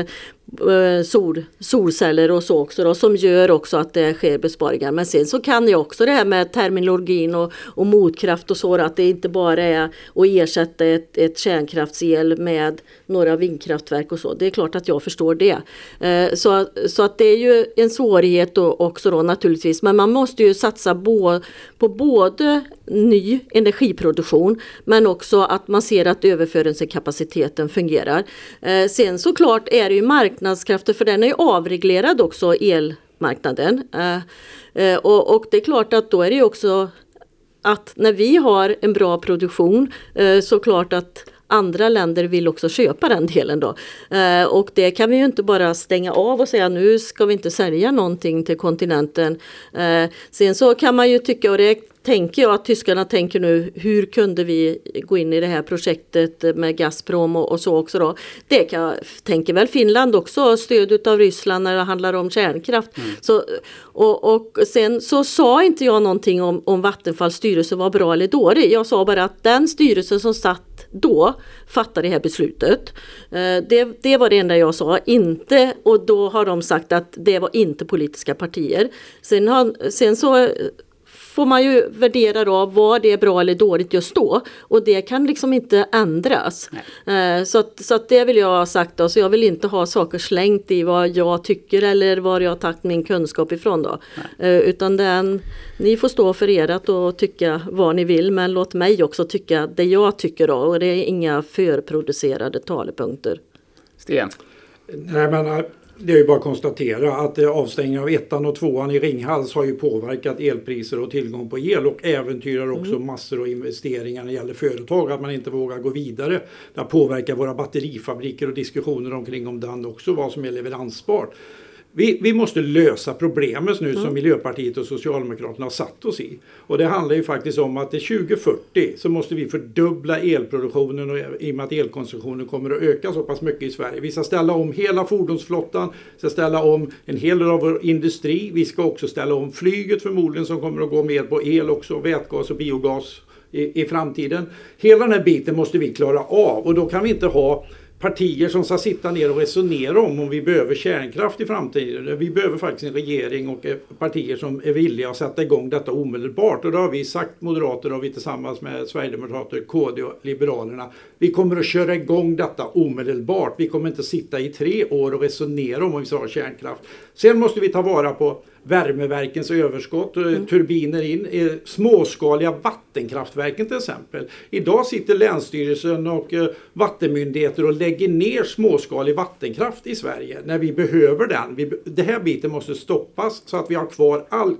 Sol, solceller och så också då, som gör också att det sker besparingar. Men sen så kan jag också det här med terminologin och, och motkraft och så, att det inte bara är att ersätta ett, ett kärnkraftsel med några vindkraftverk och så. Det är klart att jag förstår det. Eh, så, så att det är ju en svårighet då också då naturligtvis. Men man måste ju satsa bo, på både ny energiproduktion men också att man ser att överföringskapaciteten fungerar. Eh, sen såklart är det ju marknadskrafter, för den är ju avreglerad också, elmarknaden. Eh, eh, och, och det är klart att då är det ju också att när vi har en bra produktion eh, så klart att andra länder vill också köpa den delen då. Eh, och det kan vi ju inte bara stänga av och säga nu ska vi inte sälja någonting till kontinenten. Eh, sen så kan man ju tycka, och det tänker jag att tyskarna tänker nu, hur kunde vi gå in i det här projektet med Gazprom och, och så också då. Det kan, tänker väl Finland också, stöd av Ryssland när det handlar om kärnkraft. Mm. Så, och, och sen så sa inte jag någonting om, om Vattenfalls styrelse var bra eller dålig. Jag sa bara att den styrelse som satt då fattade det här beslutet. Det, det var det enda jag sa. Inte, och då har de sagt att det var inte politiska partier. Sen, har, sen så får man ju värdera då vad det är bra eller dåligt just då. Och det kan liksom inte ändras. Eh, så att, så att det vill jag ha sagt då. Så jag vill inte ha saker slängt i vad jag tycker eller var jag har tagit min kunskap ifrån då. Eh, utan den, ni får stå för erat och tycka vad ni vill. Men låt mig också tycka det jag tycker då. Och det är inga förproducerade talepunkter. Sten? Nej, men det är ju bara att konstatera att avstängningen av ettan och tvåan i Ringhals har ju påverkat elpriser och tillgång på el och äventyrar också mm. massor av investeringar när det gäller företag, att man inte vågar gå vidare. Det har påverkat våra batterifabriker och diskussioner omkring om den också, vad som är leveransbart. Vi, vi måste lösa problemet nu mm. som Miljöpartiet och Socialdemokraterna har satt oss i. Och det handlar ju faktiskt om att till tjugo fyrtio så måste vi fördubbla elproduktionen, och i och med att elkonsumtionen kommer att öka så pass mycket i Sverige. Vi ska ställa om hela fordonsflottan, vi ska ställa om en hel del av vår industri. Vi ska också ställa om flyget förmodligen, som kommer att gå mer på el också, vätgas och biogas i, i framtiden. Hela den här biten måste vi klara av, och då kan vi inte ha partier som ska sitta ner och resonera om om vi behöver kärnkraft i framtiden. Vi behöver faktiskt en regering och partier som är villiga att sätta igång detta omedelbart. Och då har vi sagt, Moderater och vi tillsammans med Sverigedemokrater, K D och Liberalerna, vi kommer att köra igång detta omedelbart. Vi kommer inte sitta i tre år och resonera om om vi ska ha kärnkraft. Sen måste vi ta vara på värmeverkens överskott, mm. turbiner in, småskaliga vattenkraftverken till exempel. Idag sitter Länsstyrelsen och vattenmyndigheter och lägger ner småskalig vattenkraft i Sverige när vi behöver den. Vi, det här biten måste stoppas så att vi har kvar all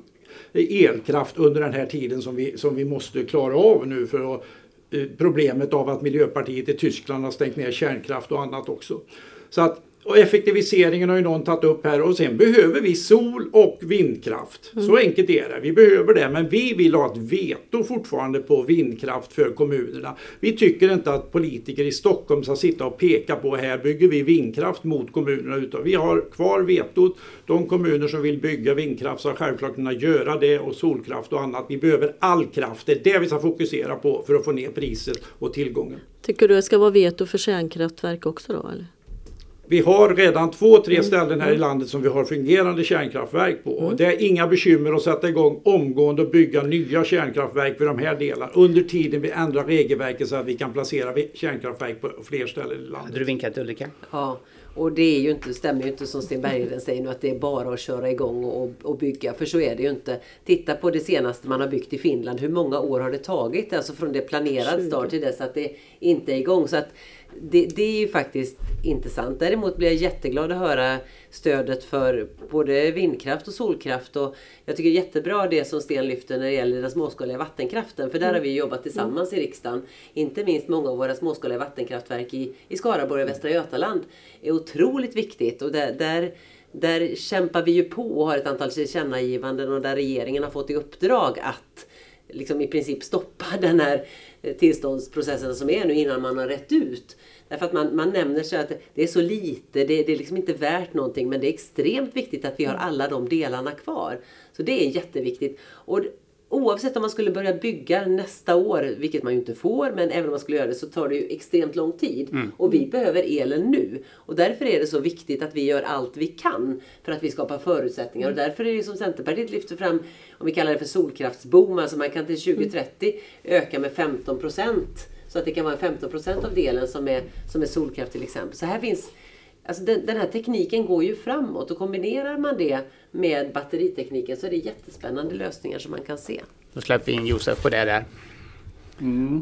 elkraft under den här tiden som vi, som vi måste klara av nu för att, eh, problemet av att Miljöpartiet i Tyskland har stängt ner kärnkraft och annat också. Så att, och effektiviseringen har ju någon tagit upp här, och sen behöver vi sol- och vindkraft. Mm. Så enkelt är det. Vi behöver det, men vi vill ha ett veto fortfarande på vindkraft för kommunerna. Vi tycker inte att politiker i Stockholm ska sitta och peka på här bygger vi vindkraft mot kommunerna, utan vi har kvar vetot. De kommuner som vill bygga vindkraft ska självklart kunna göra det, och solkraft och annat. Vi behöver all kraft. Det är det vi ska fokusera på för att få ner priset och tillgången. Tycker du det ska vara veto för kärnkraftverk också då, eller? Vi har redan två, tre ställen här i landet som vi har fungerande kärnkraftverk på. Mm. Det är inga bekymmer att sätta igång omgående och bygga nya kärnkraftverk för de här delarna. Under tiden vi ändrar regelverket så att vi kan placera kärnkraftverk på fler ställen i landet. Hade du vinkat, Ulrika? Ja, och det är ju inte, stämmer ju inte som Sten Bergheden säger nu att det är bara att köra igång och, och bygga. För så är det ju inte. Titta på det senaste man har byggt i Finland. Hur många år har det tagit? Alltså från det planerad start till dess att det inte är igång. Så att Det, det är ju faktiskt intressant. Däremot blir jag jätteglad att höra stödet för både vindkraft och solkraft. Och jag tycker det är jättebra det som Sten lyfter när det gäller den småskaliga vattenkraften. För där har vi jobbat tillsammans i riksdagen. Inte minst många av våra småskaliga vattenkraftverk i, i Skaraborg och Västra Götaland är otroligt viktigt. Och där, där, där kämpar vi ju på och har ett antal tillkännagivanden, och där regeringen har fått i uppdrag att liksom i princip stoppa den här tillståndsprocessen som är nu innan man har rätt ut. Därför att man, man nämner sig att det är så lite, det, det är liksom inte värt någonting, men det är extremt viktigt att vi har alla de delarna kvar. Så det är jätteviktigt. Och oavsett om man skulle börja bygga nästa år, vilket man ju inte får, men även om man skulle göra det så tar det ju extremt lång tid. Mm. Och vi behöver elen nu. Och därför är det så viktigt att vi gör allt vi kan för att vi skapar förutsättningar. Mm. Och därför är det som Centerpartiet lyfter fram, om vi kallar det för solkraftsboom, alltså man kan till tjugo trettio öka med femton procent. Så att det kan vara femton procent av delen som är, som är solkraft till exempel. Så här finns... Alltså den, den här tekniken går ju framåt, och kombinerar man det med batteritekniken så är det jättespännande lösningar som man kan se. Då släpper vi in Josef på det där. Mm.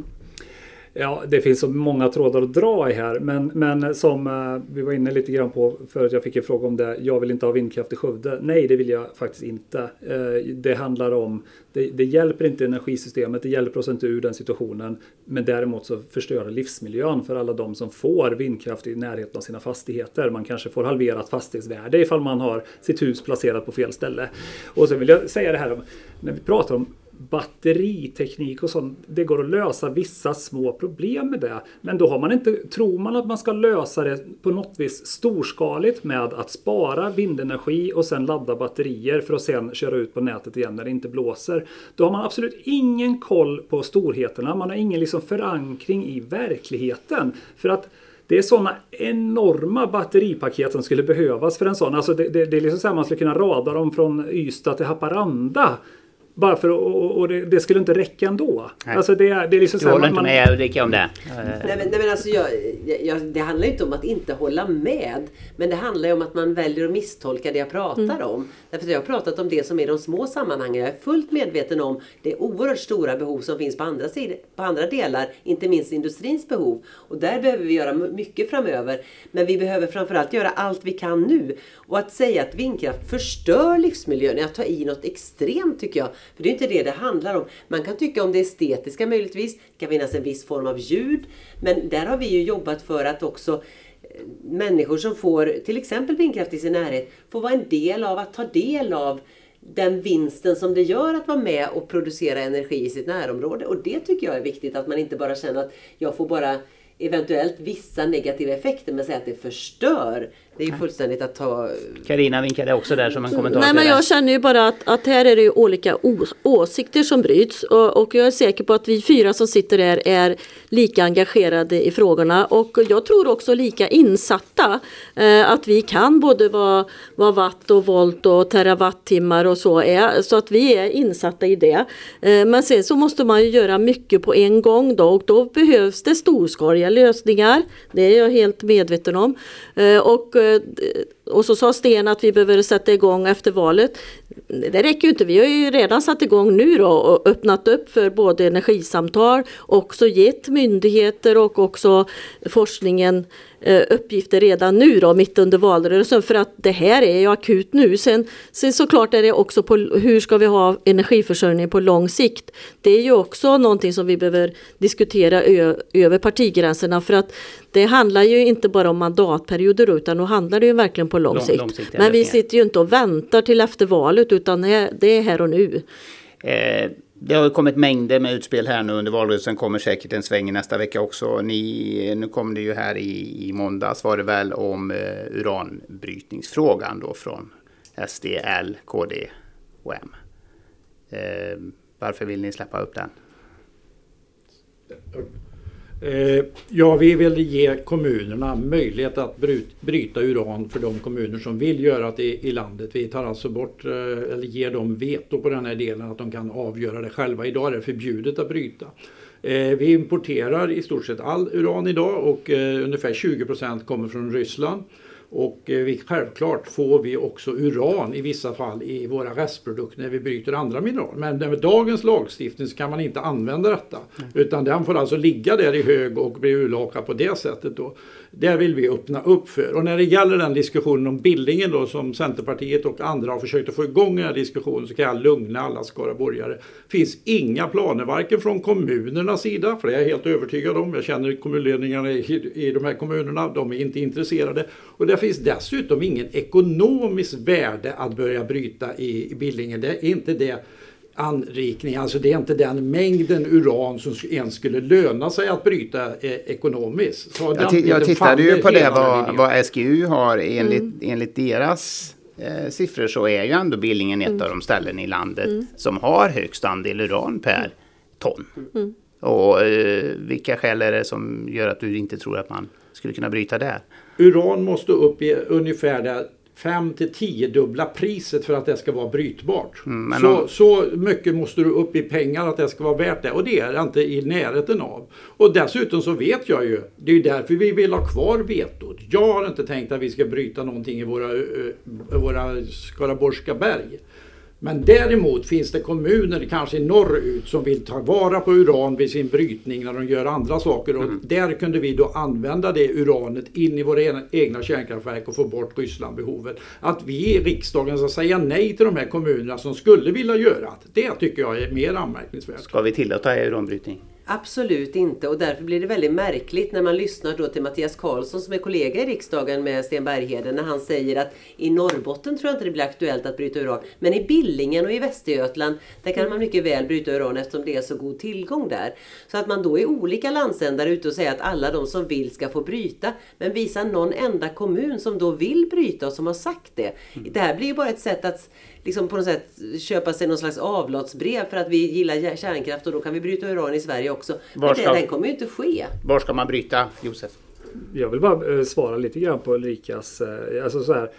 Ja, det finns så många trådar att dra i här, men, men som uh, vi var inne lite grann på för att jag fick en fråga om det. Jag vill inte ha vindkraft i Skövde. Nej, det vill jag faktiskt inte. Uh, det handlar om, det, det hjälper inte energisystemet, det hjälper oss inte ur den situationen, men däremot så förstör det livsmiljön för alla de som får vindkraft i närheten av sina fastigheter. Man kanske får halverat fastighetsvärde ifall man har sitt hus placerat på fel ställe. Och så vill jag säga det här om, när vi pratar om batteriteknik och sånt, det går att lösa vissa små problem med det, men då har man inte, tror man att man ska lösa det på något vis storskaligt med att spara vindenergi och sen ladda batterier för att sen köra ut på nätet igen när det inte blåser, då har man absolut ingen koll på storheterna, man har ingen liksom förankring i verkligheten, för att det är sådana enorma batteripaket som skulle behövas för en sån, alltså det, det, det är liksom så här man skulle kunna rada dem från Ystad till Haparanda. Bara för och, och det, det skulle inte räcka ändå. Alltså det är det är liksom så här, man, inte med Ulrika om det. Nej men, nej, men alltså jag, jag, det handlar inte om att inte hålla med, men det handlar ju om att man väljer att misstolka det jag pratar mm. om. Därför att jag har pratat om det som är de små sammanhangen. Jag är fullt medveten om det oerhört stora behov som finns på andra sidor, på andra delar, inte minst industrins behov. Och där behöver vi göra mycket framöver, men vi behöver framförallt göra allt vi kan nu. Och att säga att vindkraft förstör livsmiljön är att ta i något extremt, tycker jag. För det är inte det det handlar om. Man kan tycka om det estetiska möjligtvis. Det kan finnas en viss form av ljud. Men där har vi ju jobbat för att också människor som får till exempel vindkraft i sin närhet får vara en del av att ta del av den vinsten som det gör att vara med och producera energi i sitt närområde. Och det tycker jag är viktigt, att man inte bara känner att jag får bara eventuellt vissa negativa effekter, men säga att det förstör. Det är ju fullständigt att ta... Carina vinkade också där som en kommentar. Nej, men jag känner ju bara att, att här är det ju olika os- åsikter som bryts. Och, och jag är säker på att vi fyra som sitter här är lika engagerade i frågorna. Och jag tror också lika insatta. Eh, att vi kan både vara, vara watt och volt och terawattimmar och så. Är, så att vi är insatta i det. Eh, men sen så måste man ju göra mycket på en gång då. Och då behövs det storskaliga lösningar. Det är jag helt medveten om. Eh, och och så sa Sten att vi behöver sätta igång efter valet. Det räcker ju inte. Vi har ju redan satt igång nu då och öppnat upp för både energisamtal, också gett myndigheter och också forskningen uppgifter redan nu då, mitt under valrörelsen, för att det här är ju akut nu. Sen, sen såklart är det också på hur ska vi ha energiförsörjning på lång sikt. Det är ju också någonting som vi behöver diskutera ö- över partigränserna, för att det handlar ju inte bara om mandatperioder utan då handlar det ju verkligen på lång, lång sikt. Långsiktiga Men vi sitter ju inte och väntar till efter valet, utan det är här och nu. Eh. Det har kommit mängder med utspel här nu under valrörelsen, kommer säkert en sväng nästa vecka också. Ni, nu kom det ju här i, i måndags var det väl om eh, uranbrytningsfrågan då från S D, L, K D och M. Eh, varför vill ni släppa upp den? Eh, ja, vi vill ge kommunerna möjlighet att bryta uran för de kommuner som vill göra det i landet. Vi tar alltså bort, eller ger dem veto på den här delen, att de kan avgöra det själva. Idag är det förbjudet att bryta. Eh, vi importerar i stort sett all uran idag och eh, ungefär tjugo procent kommer från Ryssland. Och vi, självklart får vi också uran i vissa fall i våra restprodukter när vi bryter andra mineraler. Men med dagens lagstiftning så kan man inte använda detta. Mm. Utan den får alltså ligga där i hög och bli urlakad på det sättet då. Där vill vi öppna upp för. Och när det gäller den diskussionen om Billingen då, som Centerpartiet och andra har försökt att få igång den här diskussionen, så kan jag lugna alla skaraborgare. Finns inga planer, varken från kommunernas sida, för det är jag helt övertygad om. Jag känner kommunledningarna i, i de här kommunerna, de är inte intresserade. Och det finns dessutom ingen ekonomiskt värde att börja bryta i, i Billingen. Det är inte det anrikning, alltså det är inte den mängden uran som ens skulle löna sig att bryta eh, ekonomiskt. Så jag, t- jag tittade ju på det vad, vad S G U har enligt, mm. enligt deras eh, siffror, så är ju ändå Billingen ett mm. av de ställen i landet mm. som har högst andel uran per ton. Mm. Och eh, vilka skäl är det som gör att du inte tror att man skulle kunna bryta där? Uran måste upp i ungefär där fem till tio dubbla priset för att det ska vara brytbart. Mm, så, om... så mycket måste du upp i pengar att det ska vara värt det. Och det är det inte i närheten av. Och dessutom så vet jag ju, det är därför vi vill ha kvar vetot. Jag har inte tänkt att vi ska bryta någonting i våra, våra skaraborgska berg. Men däremot finns det kommuner kanske norrut som vill ta vara på uran vid sin brytning när de gör andra saker. Och mm. där kunde vi då använda det uranet in i våra egna kärnkraftverk och få bort Rysslandbehovet. Att vi i riksdagen ska säga nej till de här kommunerna som skulle vilja göra det, det tycker jag är mer anmärkningsvärt. Ska vi tillåta uranbrytning? Absolut inte, och därför blir det väldigt märkligt när man lyssnar då till Mattias Karlsson som är kollega i riksdagen med Sten Bergheden, när han säger att i Norrbotten tror jag inte det blir aktuellt att bryta uran, men i Billingen och i Västergötland där kan man mycket väl bryta uran eftersom det är så god tillgång där. Så att man då i olika landsändar ute och säger att alla de som vill ska få bryta, men visa någon enda kommun som då vill bryta och som har sagt det. Mm. Det här blir ju bara ett sätt att liksom på något sätt köpa sig någon slags avlatsbrev för att vi gillar kärnkraft och då kan vi bryta uran i Sverige också. Men ska, det, den kommer ju inte ske. Var ska man bryta, Josef? Jag vill bara svara lite grann på Ulrikas, alltså så här.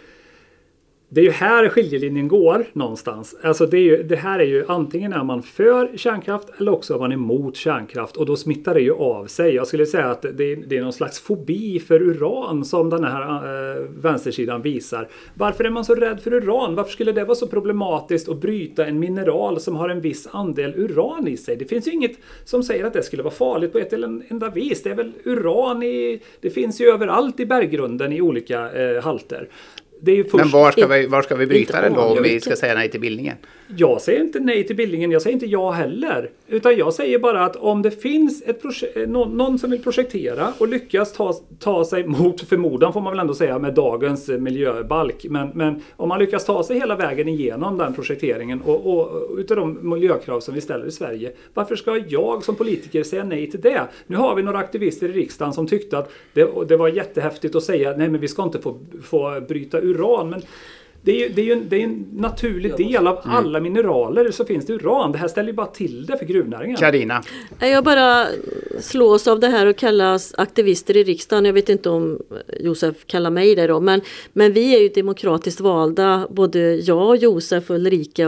Det är ju här skiljelinjen går någonstans. Alltså det, är ju, det här är ju antingen är man för kärnkraft eller också är man emot kärnkraft. Och då smittar det ju av sig. Jag skulle säga att det, det är någon slags fobi för uran som den här äh, vänstersidan visar. Varför är man så rädd för uran? Varför skulle det vara så problematiskt att bryta en mineral som har en viss andel uran i sig? Det finns ju inget som säger att det skulle vara farligt på ett eller enda vis. Det är väl uran i... Det finns ju överallt i berggrunden i olika äh, halter. Det är ju först... Men var ska, vi, var ska vi bryta den då om vi ska säga nej till Billingen? Jag säger inte nej till Billingen, jag säger inte ja heller. Utan jag säger bara att om det finns ett projek- någon, någon som vill projektera och lyckas ta, ta sig mot förmodan, får man väl ändå säga med dagens miljöbalk. Men, men om man lyckas ta sig hela vägen igenom den projekteringen och, och utav de miljökrav som vi ställer i Sverige, varför ska jag som politiker säga nej till det? Nu har vi några aktivister i riksdagen som tyckte att det, det var jättehäftigt att säga nej, men vi ska inte få, få bryta uran, men det är ju, det är ju en, det är en naturlig del av alla mineraler, så finns det uran. Det här ställer ju bara till det för gruvnäringen. Carina. Jag bara slås av det här och kallas aktivister i riksdagen. Jag vet inte om Josef kallar mig det då. Men, men vi är ju demokratiskt valda. Både jag, Josef, Ulrika och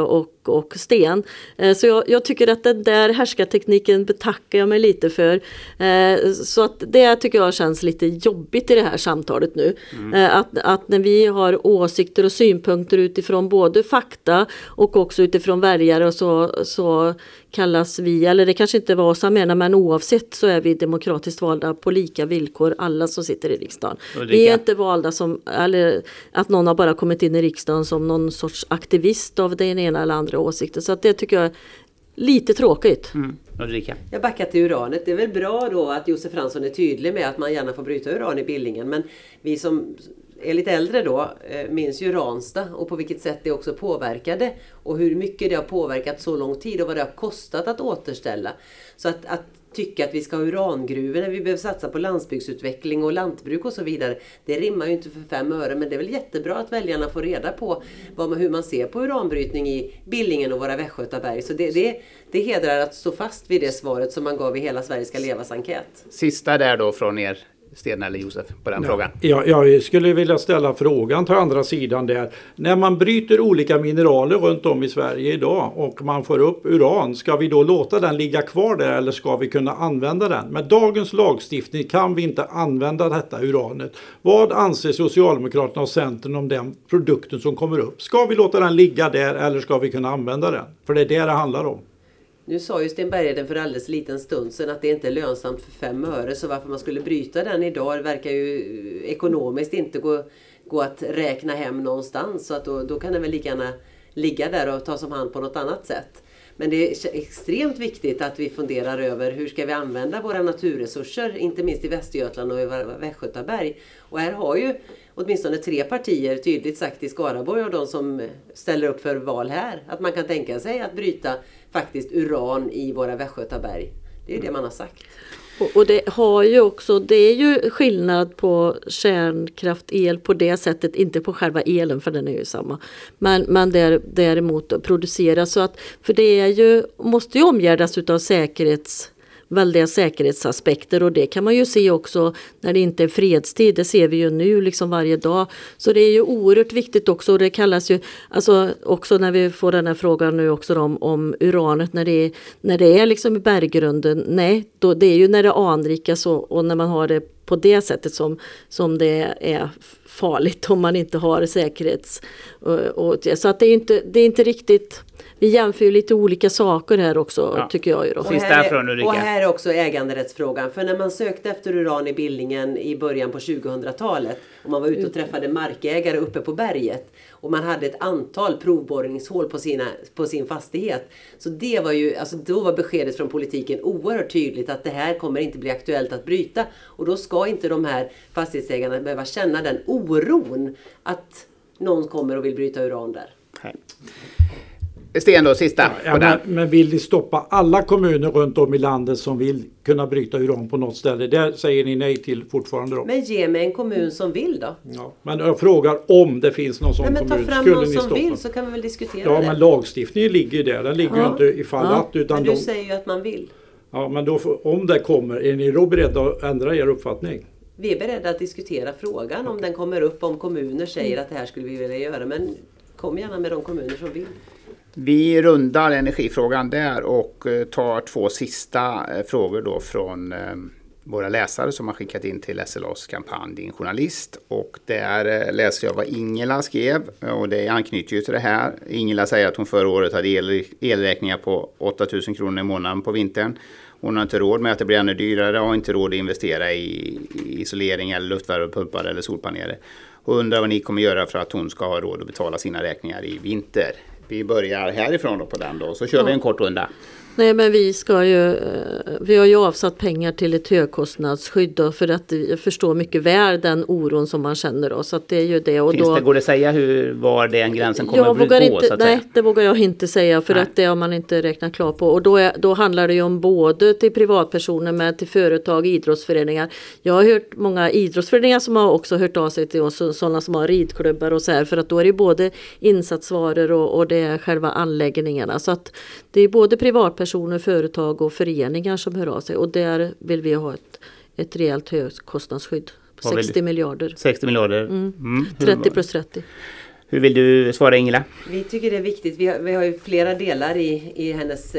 tak och sten. Eh, så jag, jag tycker att den där härskartekniken betackar jag mig lite för. Eh, så att det tycker jag känns lite jobbigt i det här samtalet nu. Mm. Eh, att, att när vi har åsikter och synpunkter utifrån både fakta och också utifrån väljare och så, så kallas vi, eller det kanske inte var så menar, men oavsett så är vi demokratiskt valda på lika villkor, alla som sitter i riksdagen. Vi är inte valda som, eller att någon har bara kommit in i riksdagen som någon sorts aktivist av den ena eller andra åsikten. Så att det tycker jag är lite tråkigt. Mm. Ulrika. Jag backar till uranet. Det är väl bra då att Josef Fransson är tydlig med att man gärna får bryta uran i Billingen, men vi som är lite äldre då minns ju Ranstad och på vilket sätt det också påverkade och hur mycket det har påverkat så lång tid och vad det har kostat att återställa. Så att, att tycka att vi ska ha urangruvor när vi behöver satsa på landsbygdsutveckling och lantbruk och så vidare, det rimmar ju inte för fem öre, men det är väl jättebra att väljarna får reda på vad man, hur man ser på uranbrytning i Billingen och våra Västgötaberg. Så det, det, det hedrar att stå fast vid det svaret som man gav i Hela Sverige ska levas enkät. Sista där då från er, Sten eller Josef, på den ja, frågan. Ja, jag skulle vilja ställa frågan till andra sidan där. När man bryter olika mineraler runt om i Sverige idag och man får upp uran, ska vi då låta den ligga kvar där eller ska vi kunna använda den? Med dagens lagstiftning kan vi inte använda detta uranet. Vad anser Socialdemokraterna och Centern om den produkten som kommer upp? Ska vi låta den ligga där eller ska vi kunna använda den? För det är det det handlar om. Nu sa ju Sten Bergheden för alldeles liten stund sedan att det inte är lönsamt för fem öre, så varför man skulle bryta den idag verkar ju ekonomiskt inte gå, gå att räkna hem någonstans, så att då, då kan den väl lika gärna ligga där och tas om hand på något annat sätt. Men det är extremt viktigt att vi funderar över hur ska vi använda våra naturresurser, inte minst i Västergötland och i Västgötaberg. Och här har ju åtminstone tre partier tydligt sagt i Skaraborg och de som ställer upp för val här att man kan tänka sig att bryta faktiskt uran i våra Västgötaberg. Det är ju det man har sagt. Och, och det har ju också, det är ju skillnad på kärnkraftel på det sättet, inte på själva elen för den är ju samma. Men, men där, däremot producera så att, för det är ju, måste ju omgärdas utav säkerhets väldiga säkerhetsaspekter, och det kan man ju se också när det inte är fredstid, det ser vi ju nu liksom varje dag. Så det är ju oerhört viktigt också, och det kallas ju, alltså också när vi får den här frågan nu också om, om uranet när det är, när det är liksom i berggrunden, nej, då, det är ju när det anrikas och, och när man har det på det sättet som, som det är farligt om man inte har säkerhets och, och, så att det är inte, det är inte riktigt. Vi jämför ju lite olika saker här också, ja, tycker jag ju då. Och här, och här är också äganderättsfrågan. För när man sökte efter uran i Billingen i början på tjugohundratalet och man var ute och träffade markägare uppe på berget och man hade ett antal provborrningshål på, sina, på sin fastighet. Så det var ju, alltså då var beskedet från politiken oerhört tydligt att det här kommer inte bli aktuellt att bryta. Och då ska inte de här fastighetsägarna behöva känna den oron att någon kommer och vill bryta uran där. Nej. Sten då, sista. Ja, ja, men, men vill ni stoppa alla kommuner runt om i landet som vill kunna bryta uran på något ställe? Det säger ni nej till fortfarande då. Men ge mig en kommun som vill då. Ja, men jag frågar om det finns någon sån nej, men kommun. Ta fram Skulle någon ni som stoppa? vill så kan vi väl diskutera ja, det. Ja, men lagstiftningen ligger där. Den ligger ja. ju inte ifall ja. att. Utan men du de... säger ju att man vill. Ja, men då, om det kommer, är ni då beredda att ändra er uppfattning? Vi är beredda att diskutera frågan om den kommer upp, om kommuner säger att det här skulle vi vilja göra. Men kom gärna med de kommuner som vill. Vi rundar energifrågan där och tar två sista frågor då från våra läsare som har skickat in till S L A:s kampanj Din journalist. Och där läser jag vad Ingela skrev, och det anknyter ju till det här. Ingela säger att hon förra året hade el, elräkningar på åtta tusen kronor i månaden på vintern. Hon har inte råd med att det blir ännu dyrare och har inte råd att investera i, i isolering eller luftvärmepumpar eller solpaneler. Och undrar vad ni kommer göra för att hon ska ha råd att betala sina räkningar i vinter. Vi börjar härifrån då på den då, så kör ja. vi en kort runda. Nej, men vi ska ju, vi har ju avsatt pengar till ett högkostnadsskydd då, för att jag förstår mycket väl den oron som man känner då, så att det är ju det. Och Finns då, det, går det att säga hur, var den gränsen kommer jag att vågar gå? Inte, så att nej, säga? det vågar jag inte säga, för nej. att det har man inte räknat klart på. Och då, är, då handlar det ju om både till privatpersoner men till företag, idrottsföreningar. Jag har hört många idrottsföreningar som har också hört av sig till oss, sådana som har ridklubbar och så här, för att då är det både insatsvaror och, och det är själva anläggningarna. Så att det är både privatpersoner, företag och föreningar som hör av sig, och där vill vi ha ett, ett rejält högkostnadsskydd på sextio miljarder. sextio miljarder. Mm. Mm. trettio plus trettio. Hur vill du svara, Ingela? Vi tycker det är viktigt. Vi har, vi har ju flera delar i, i hennes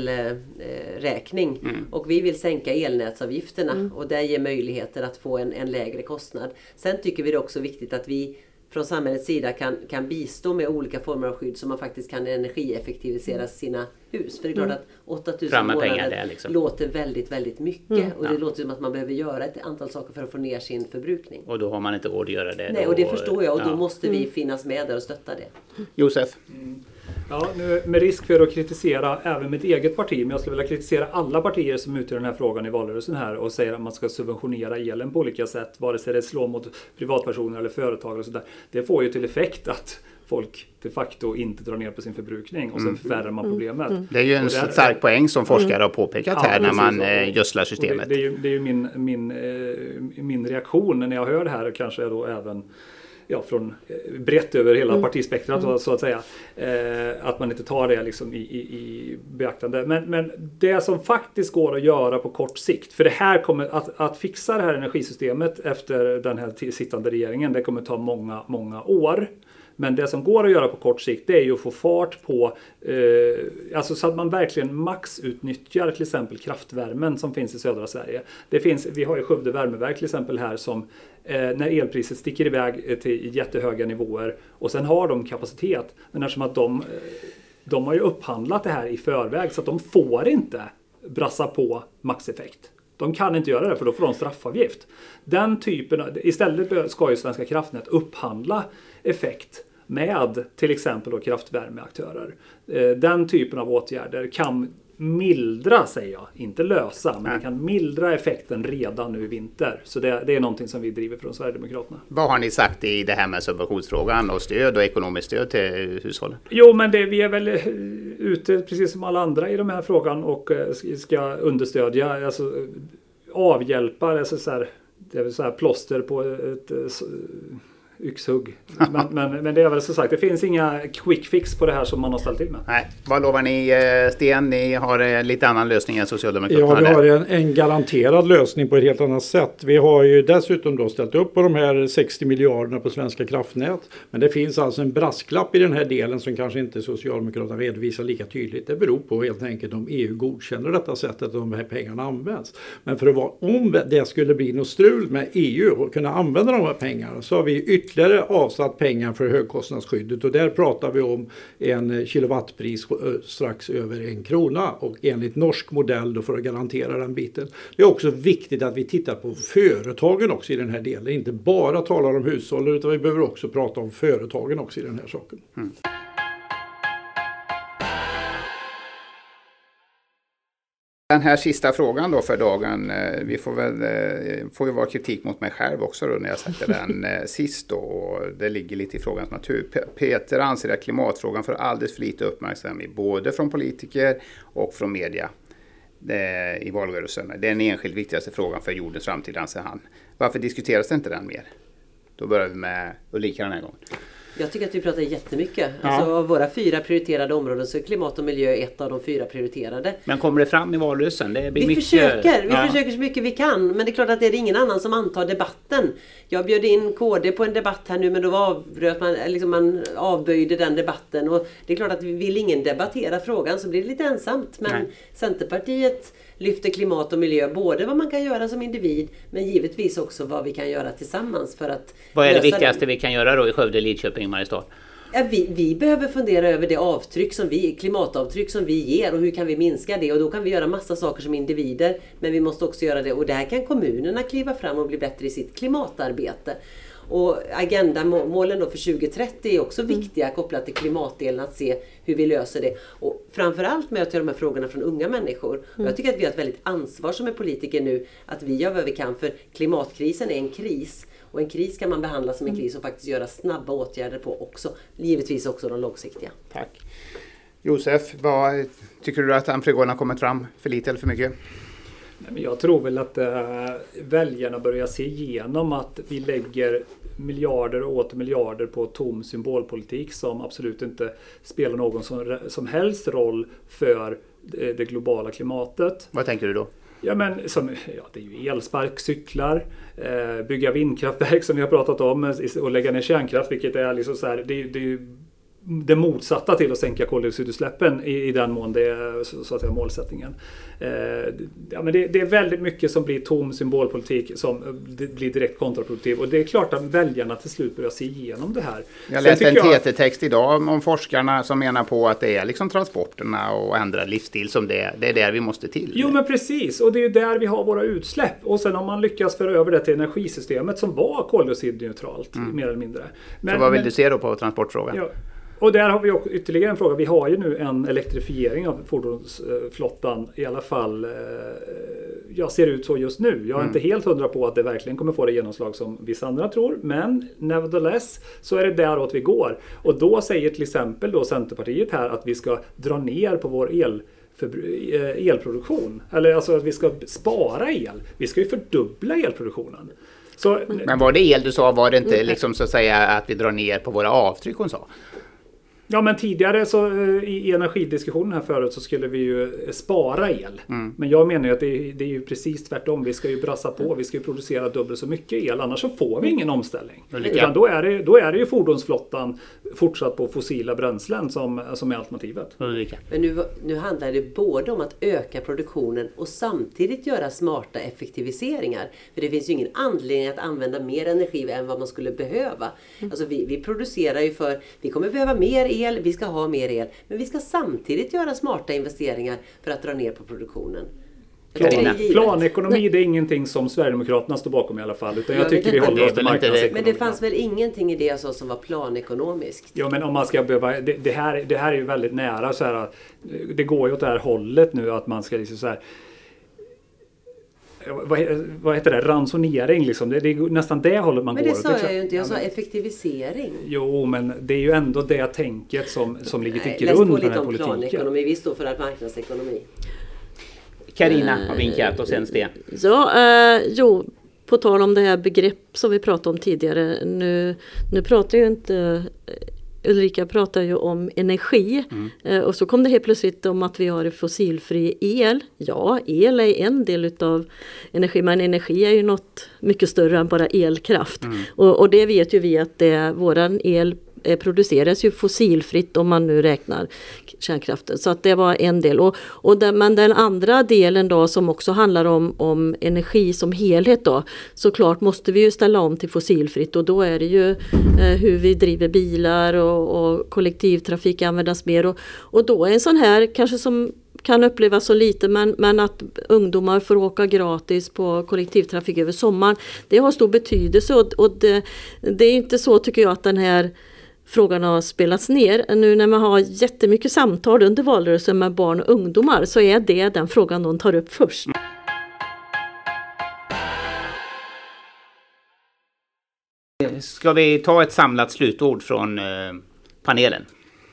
elräkning. Mm. Och vi vill sänka elnätsavgifterna. Mm. Och det ger möjligheter att få en, en lägre kostnad. Sen tycker vi det också viktigt att vi från samhällets sida kan, kan bistå med olika former av skydd så man faktiskt kan energieffektivisera sina hus. För det är klart att åtta tusen månader liksom. låter väldigt, väldigt mycket. Mm. Och det ja. låter som att man behöver göra ett antal saker för att få ner sin förbrukning. Och då har man inte råd att göra det. Nej, då, och det förstår jag. Och ja. då måste vi finnas med där och stötta det. Josef? Mm. Ja, nu med risk för att kritisera även mitt eget parti, men jag skulle vilja kritisera alla partier som utgör den här frågan i valrörelsen här och säger att man ska subventionera elen på olika sätt, vare sig det slår mot privatpersoner eller företag och sådär. Det får ju till effekt att folk de facto inte drar ner på sin förbrukning och sen förvärrar man problemet. Mm. Det är ju en där, stark poäng som forskare mm. har påpekat ja, här när man äh, gödslar systemet. Det, det är ju, det är ju min, min, eh, min reaktion när jag hör det här, kanske då även ja, från brett över hela mm. partispektrat mm. så att säga. Eh, att man inte tar det liksom i, i, i beaktande. Men, men det som faktiskt går att göra på kort sikt, för det här kommer att, att fixa det här energisystemet efter den här sittande regeringen, det kommer ta många, många år. Men det som går att göra på kort sikt, det är ju att få fart på, eh, alltså så att man verkligen maxutnyttjar till exempel kraftvärmen som finns i södra Sverige. Det finns, vi har ju Skövde värmeverk till exempel här som eh, när elpriset sticker iväg till jättehöga nivåer och sen har de kapacitet. Men eftersom att de, de har ju upphandlat det här i förväg så att de får inte brassa på maxeffekt. De kan inte göra det för då får de straffavgift. Den typen av, istället ska ju Svenska kraftnät upphandla effekt med till exempel då kraftvärmeaktörer. Den typen av åtgärder kan mildra, säger jag, inte lösa, men det kan mildra effekten redan nu i vinter. Så det, det är någonting som vi driver från Sverigedemokraterna. Vad har ni sagt i det här med subventionsfrågan och stöd och ekonomiskt stöd till hushållen? Jo, men det, vi är väl ute precis som alla andra i de här frågan och ska understödja, alltså avhjälpa, alltså så här, det är väl så här plåster på ett yxhugg. Men, men, men det är väl så sagt, det finns inga quick fix på det här som man har ställt till med. Nej. Vad lovar ni, Sten? Ni har en lite annan lösning än Socialdemokraterna. Ja, vi har en, en garanterad lösning på ett helt annat sätt. Vi har ju dessutom då ställt upp på de här sextio miljarderna på Svenska kraftnät. Men det finns alltså en brasklapp i den här delen som kanske inte Socialdemokraterna redovisar lika tydligt. Det beror på helt enkelt om E U godkänner detta sättet att de här pengarna används. Men för att vara, om det skulle bli något strul med E U och kunna använda de här pengarna så har vi ytterligare ytterligare avsatt pengar för högkostnadsskyddet och där pratar vi om en kilowattpris strax över en krona och enligt norsk modell då för att garantera den biten. Det är också viktigt att vi tittar på företagen också i den här delen, inte bara talar om hushållen utan vi behöver också prata om företagen också i den här saken. Mm. Den här sista frågan då för dagen, vi får väl får ju vara kritik mot mig själv också då när jag sätter den sist då, och det ligger lite i frågans natur. Peter anser att klimatfrågan får alldeles för lite uppmärksamhet både från politiker och från media i valrörelsen. Det är den enskilt viktigaste frågan för jordens framtid, anser han. Varför diskuteras inte den mer? Då börjar vi med Ulrika den här gången. Jag tycker att vi pratar jättemycket. Ja. Alltså, av våra fyra prioriterade områden så är klimat och miljö ett av de fyra prioriterade. Men kommer det fram i valrörelsen? Det blir vi mycket... försöker, vi ja. försöker så mycket vi kan. Men det är klart att det är ingen annan som antar debatten. Jag bjöd in K D på en debatt här nu, men då avbröt man, liksom man avböjde den debatten. Och det är klart att vi vill ingen debattera frågan så blir det lite ensamt. Men Nej. Centerpartiet lyfter klimat och miljö, både vad man kan göra som individ men givetvis också vad vi kan göra tillsammans för att Vad är det viktigaste den. vi kan göra då i Skövde, Lidköping, Mariestad? Ja, vi, vi behöver fundera över det avtryck som vi, klimatavtryck som vi ger och hur kan vi minska det, och då kan vi göra massa saker som individer, men vi måste också göra det, och där kan kommunerna kliva fram och bli bättre i sitt klimatarbete. Och agendamålen då för tjugo trettio är också viktiga kopplat till klimatdelen, att se hur vi löser det. Och framförallt möter jag de här frågorna från unga människor. Mm. Och jag tycker att vi har ett väldigt ansvar som är politiker nu att vi gör vad vi kan, för klimatkrisen är en kris. Och en kris kan man behandla som en kris och faktiskt göra snabba åtgärder på också. Givetvis också de långsiktiga. Tack. Josef, vad tycker du att anfrågorna har kommit fram för lite eller för mycket? Nej, men jag tror väl att äh, väljarna börjar se igenom att vi lägger miljarder och åter miljarder på tom symbolpolitik som absolut inte spelar någon som, som helst roll för det globala klimatet. Vad tänker du då? Ja, men som, ja, det är ju elsparkcyklar, eh, bygga vindkraftverk som vi har pratat om och lägga ner kärnkraft, vilket är liksom så här, det, det är ju det motsatta till att sänka koldioxidutsläppen i, i den mån det är så, så att säga målsättningen. Eh, ja, men det, det är väldigt mycket som blir tom symbolpolitik som det blir direkt kontraproduktiv, och det är klart att väljarna till slut börjar se igenom det här. Jag läste en T T-text idag om forskarna som menar på att det är liksom transporterna och ändrad livsstil som det är. Det är där vi måste till. Jo, men precis, och det är ju där vi har våra utsläpp, och sen om man lyckas föra över det till energisystemet som var koldioxidneutralt mm. mer eller mindre. Men, så vad vill men, du se då på transportfrågan? Ja. Och där har vi också ytterligare en fråga. Vi har ju nu en elektrifiering av fordonsflottan, i alla fall jag ser ut så just nu. Jag är mm. inte helt hundra på att det verkligen kommer få det genomslag som vissa andra tror, men nevertheless så är det däråt vi går. Och då säger till exempel då Centerpartiet här att vi ska dra ner på vår el elproduktion, eller alltså att vi ska spara el. Vi ska ju fördubbla elproduktionen. Så, men var det el du sa, var det inte liksom så att säga att vi drar ner på våra avtryck hon sa? Ja, men tidigare så i energidiskussionen här förut så skulle vi ju spara el. Mm. Men jag menar ju att det är, det är ju precis tvärtom. Vi ska ju brassa på, vi ska ju producera dubbelt så mycket el, annars så får vi ingen omställning. Ulrika. Utan då är, det, då är det ju fordonsflottan fortsatt på fossila bränslen som, som är alternativet. Ulrika. Men nu, nu handlar det både om att öka produktionen och samtidigt göra smarta effektiviseringar. För det finns ju ingen anledning att använda mer energi än vad man skulle behöva. Mm. Alltså vi, vi producerar ju för, vi kommer behöva mer el. El, vi ska ha mer el, men vi ska samtidigt göra smarta investeringar för att dra ner på produktionen. Plan, planekonomi, det är ingenting som Sverigedemokraterna står bakom i alla fall, utan jag tycker vi håller oss till marknadsekonomi. Men det fanns väl ingenting i det jag sa som var planekonomiskt? Ja, men om man ska behöva, det, det, här, det här är ju väldigt nära så här, det går ju åt det här hållet nu att man ska liksom så här, Vad, vad heter det? Ransonering liksom. Det, det är nästan det hållet man går. Men det går. sa jag ju inte. Jag sa effektivisering. Jo, men det är ju ändå det tänket som, som ligger till grund för den här politiken. Planekonomi. Vi står för att marknadsekonomi. Carina har vinkat och sen Sten. Ja, eh, jo, på tal om det här begrepp som vi pratade om tidigare. Nu, nu pratar ju inte... Ulrika pratar ju om energi mm. eh, och så kom det helt plötsligt om att vi har fossilfri el. Ja, el är en del av energi, men energi är ju något mycket större än bara elkraft. Mm. Och, och det vet ju vi att det, våran el produceras ju fossilfritt om man nu räknar kärnkraften. Så att det var en del. Och, och den, men den andra delen då som också handlar om, om energi som helhet då, såklart måste vi ju ställa om till fossilfritt, och då är det ju eh, hur vi driver bilar och, och kollektivtrafik användas mer, och, och då är en sån här kanske som kan upplevas så lite, men, men att ungdomar får åka gratis på kollektivtrafik över sommaren, det har stor betydelse, och, och det, det är inte så tycker jag att den här frågan har spelats ner. Nu när man har jättemycket samtal under valrörelsen med barn och ungdomar, så är det den frågan de tar upp först. Ska vi ta ett samlat slutord från eh, panelen?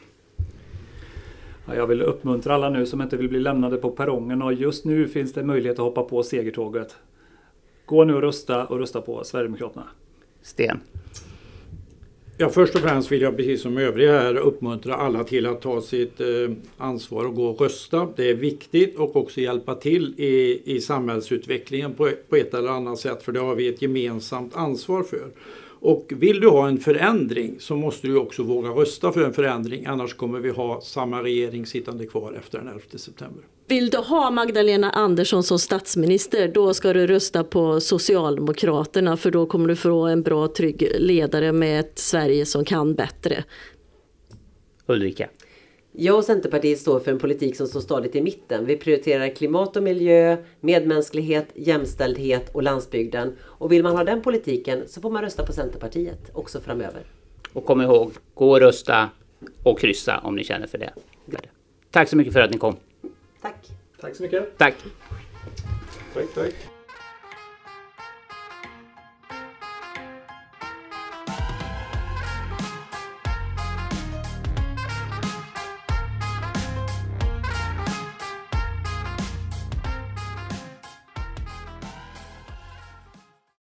Ja, jag vill uppmuntra alla nu som inte vill bli lämnade på perrongen, och just nu finns det möjlighet att hoppa på segertåget. Gå nu och rösta och rösta på Sverigedemokraterna. Sten. Ja, först och främst vill jag precis som övriga här uppmuntra alla till att ta sitt eh, ansvar och gå och rösta. Det är viktigt, och också hjälpa till i, i samhällsutvecklingen på, på ett eller annat sätt, för det har vi ett gemensamt ansvar för. Och vill du ha en förändring så måste du också våga rösta för en förändring, annars kommer vi ha samma regering sittande kvar efter den elfte september. Vill du ha Magdalena Andersson som statsminister, då ska du rösta på Socialdemokraterna, för då kommer du få en bra trygg ledare med ett Sverige som kan bättre. Ulrika. Jag och Centerpartiet står för en politik som står stadigt i mitten. Vi prioriterar klimat och miljö, medmänsklighet, jämställdhet och landsbygden. Och vill man ha den politiken så får man rösta på Centerpartiet också framöver. Och kom ihåg, gå och rösta och kryssa om ni känner för det. Tack så mycket för att ni kom. Tack. Tack så mycket. Tack. Tack, tack.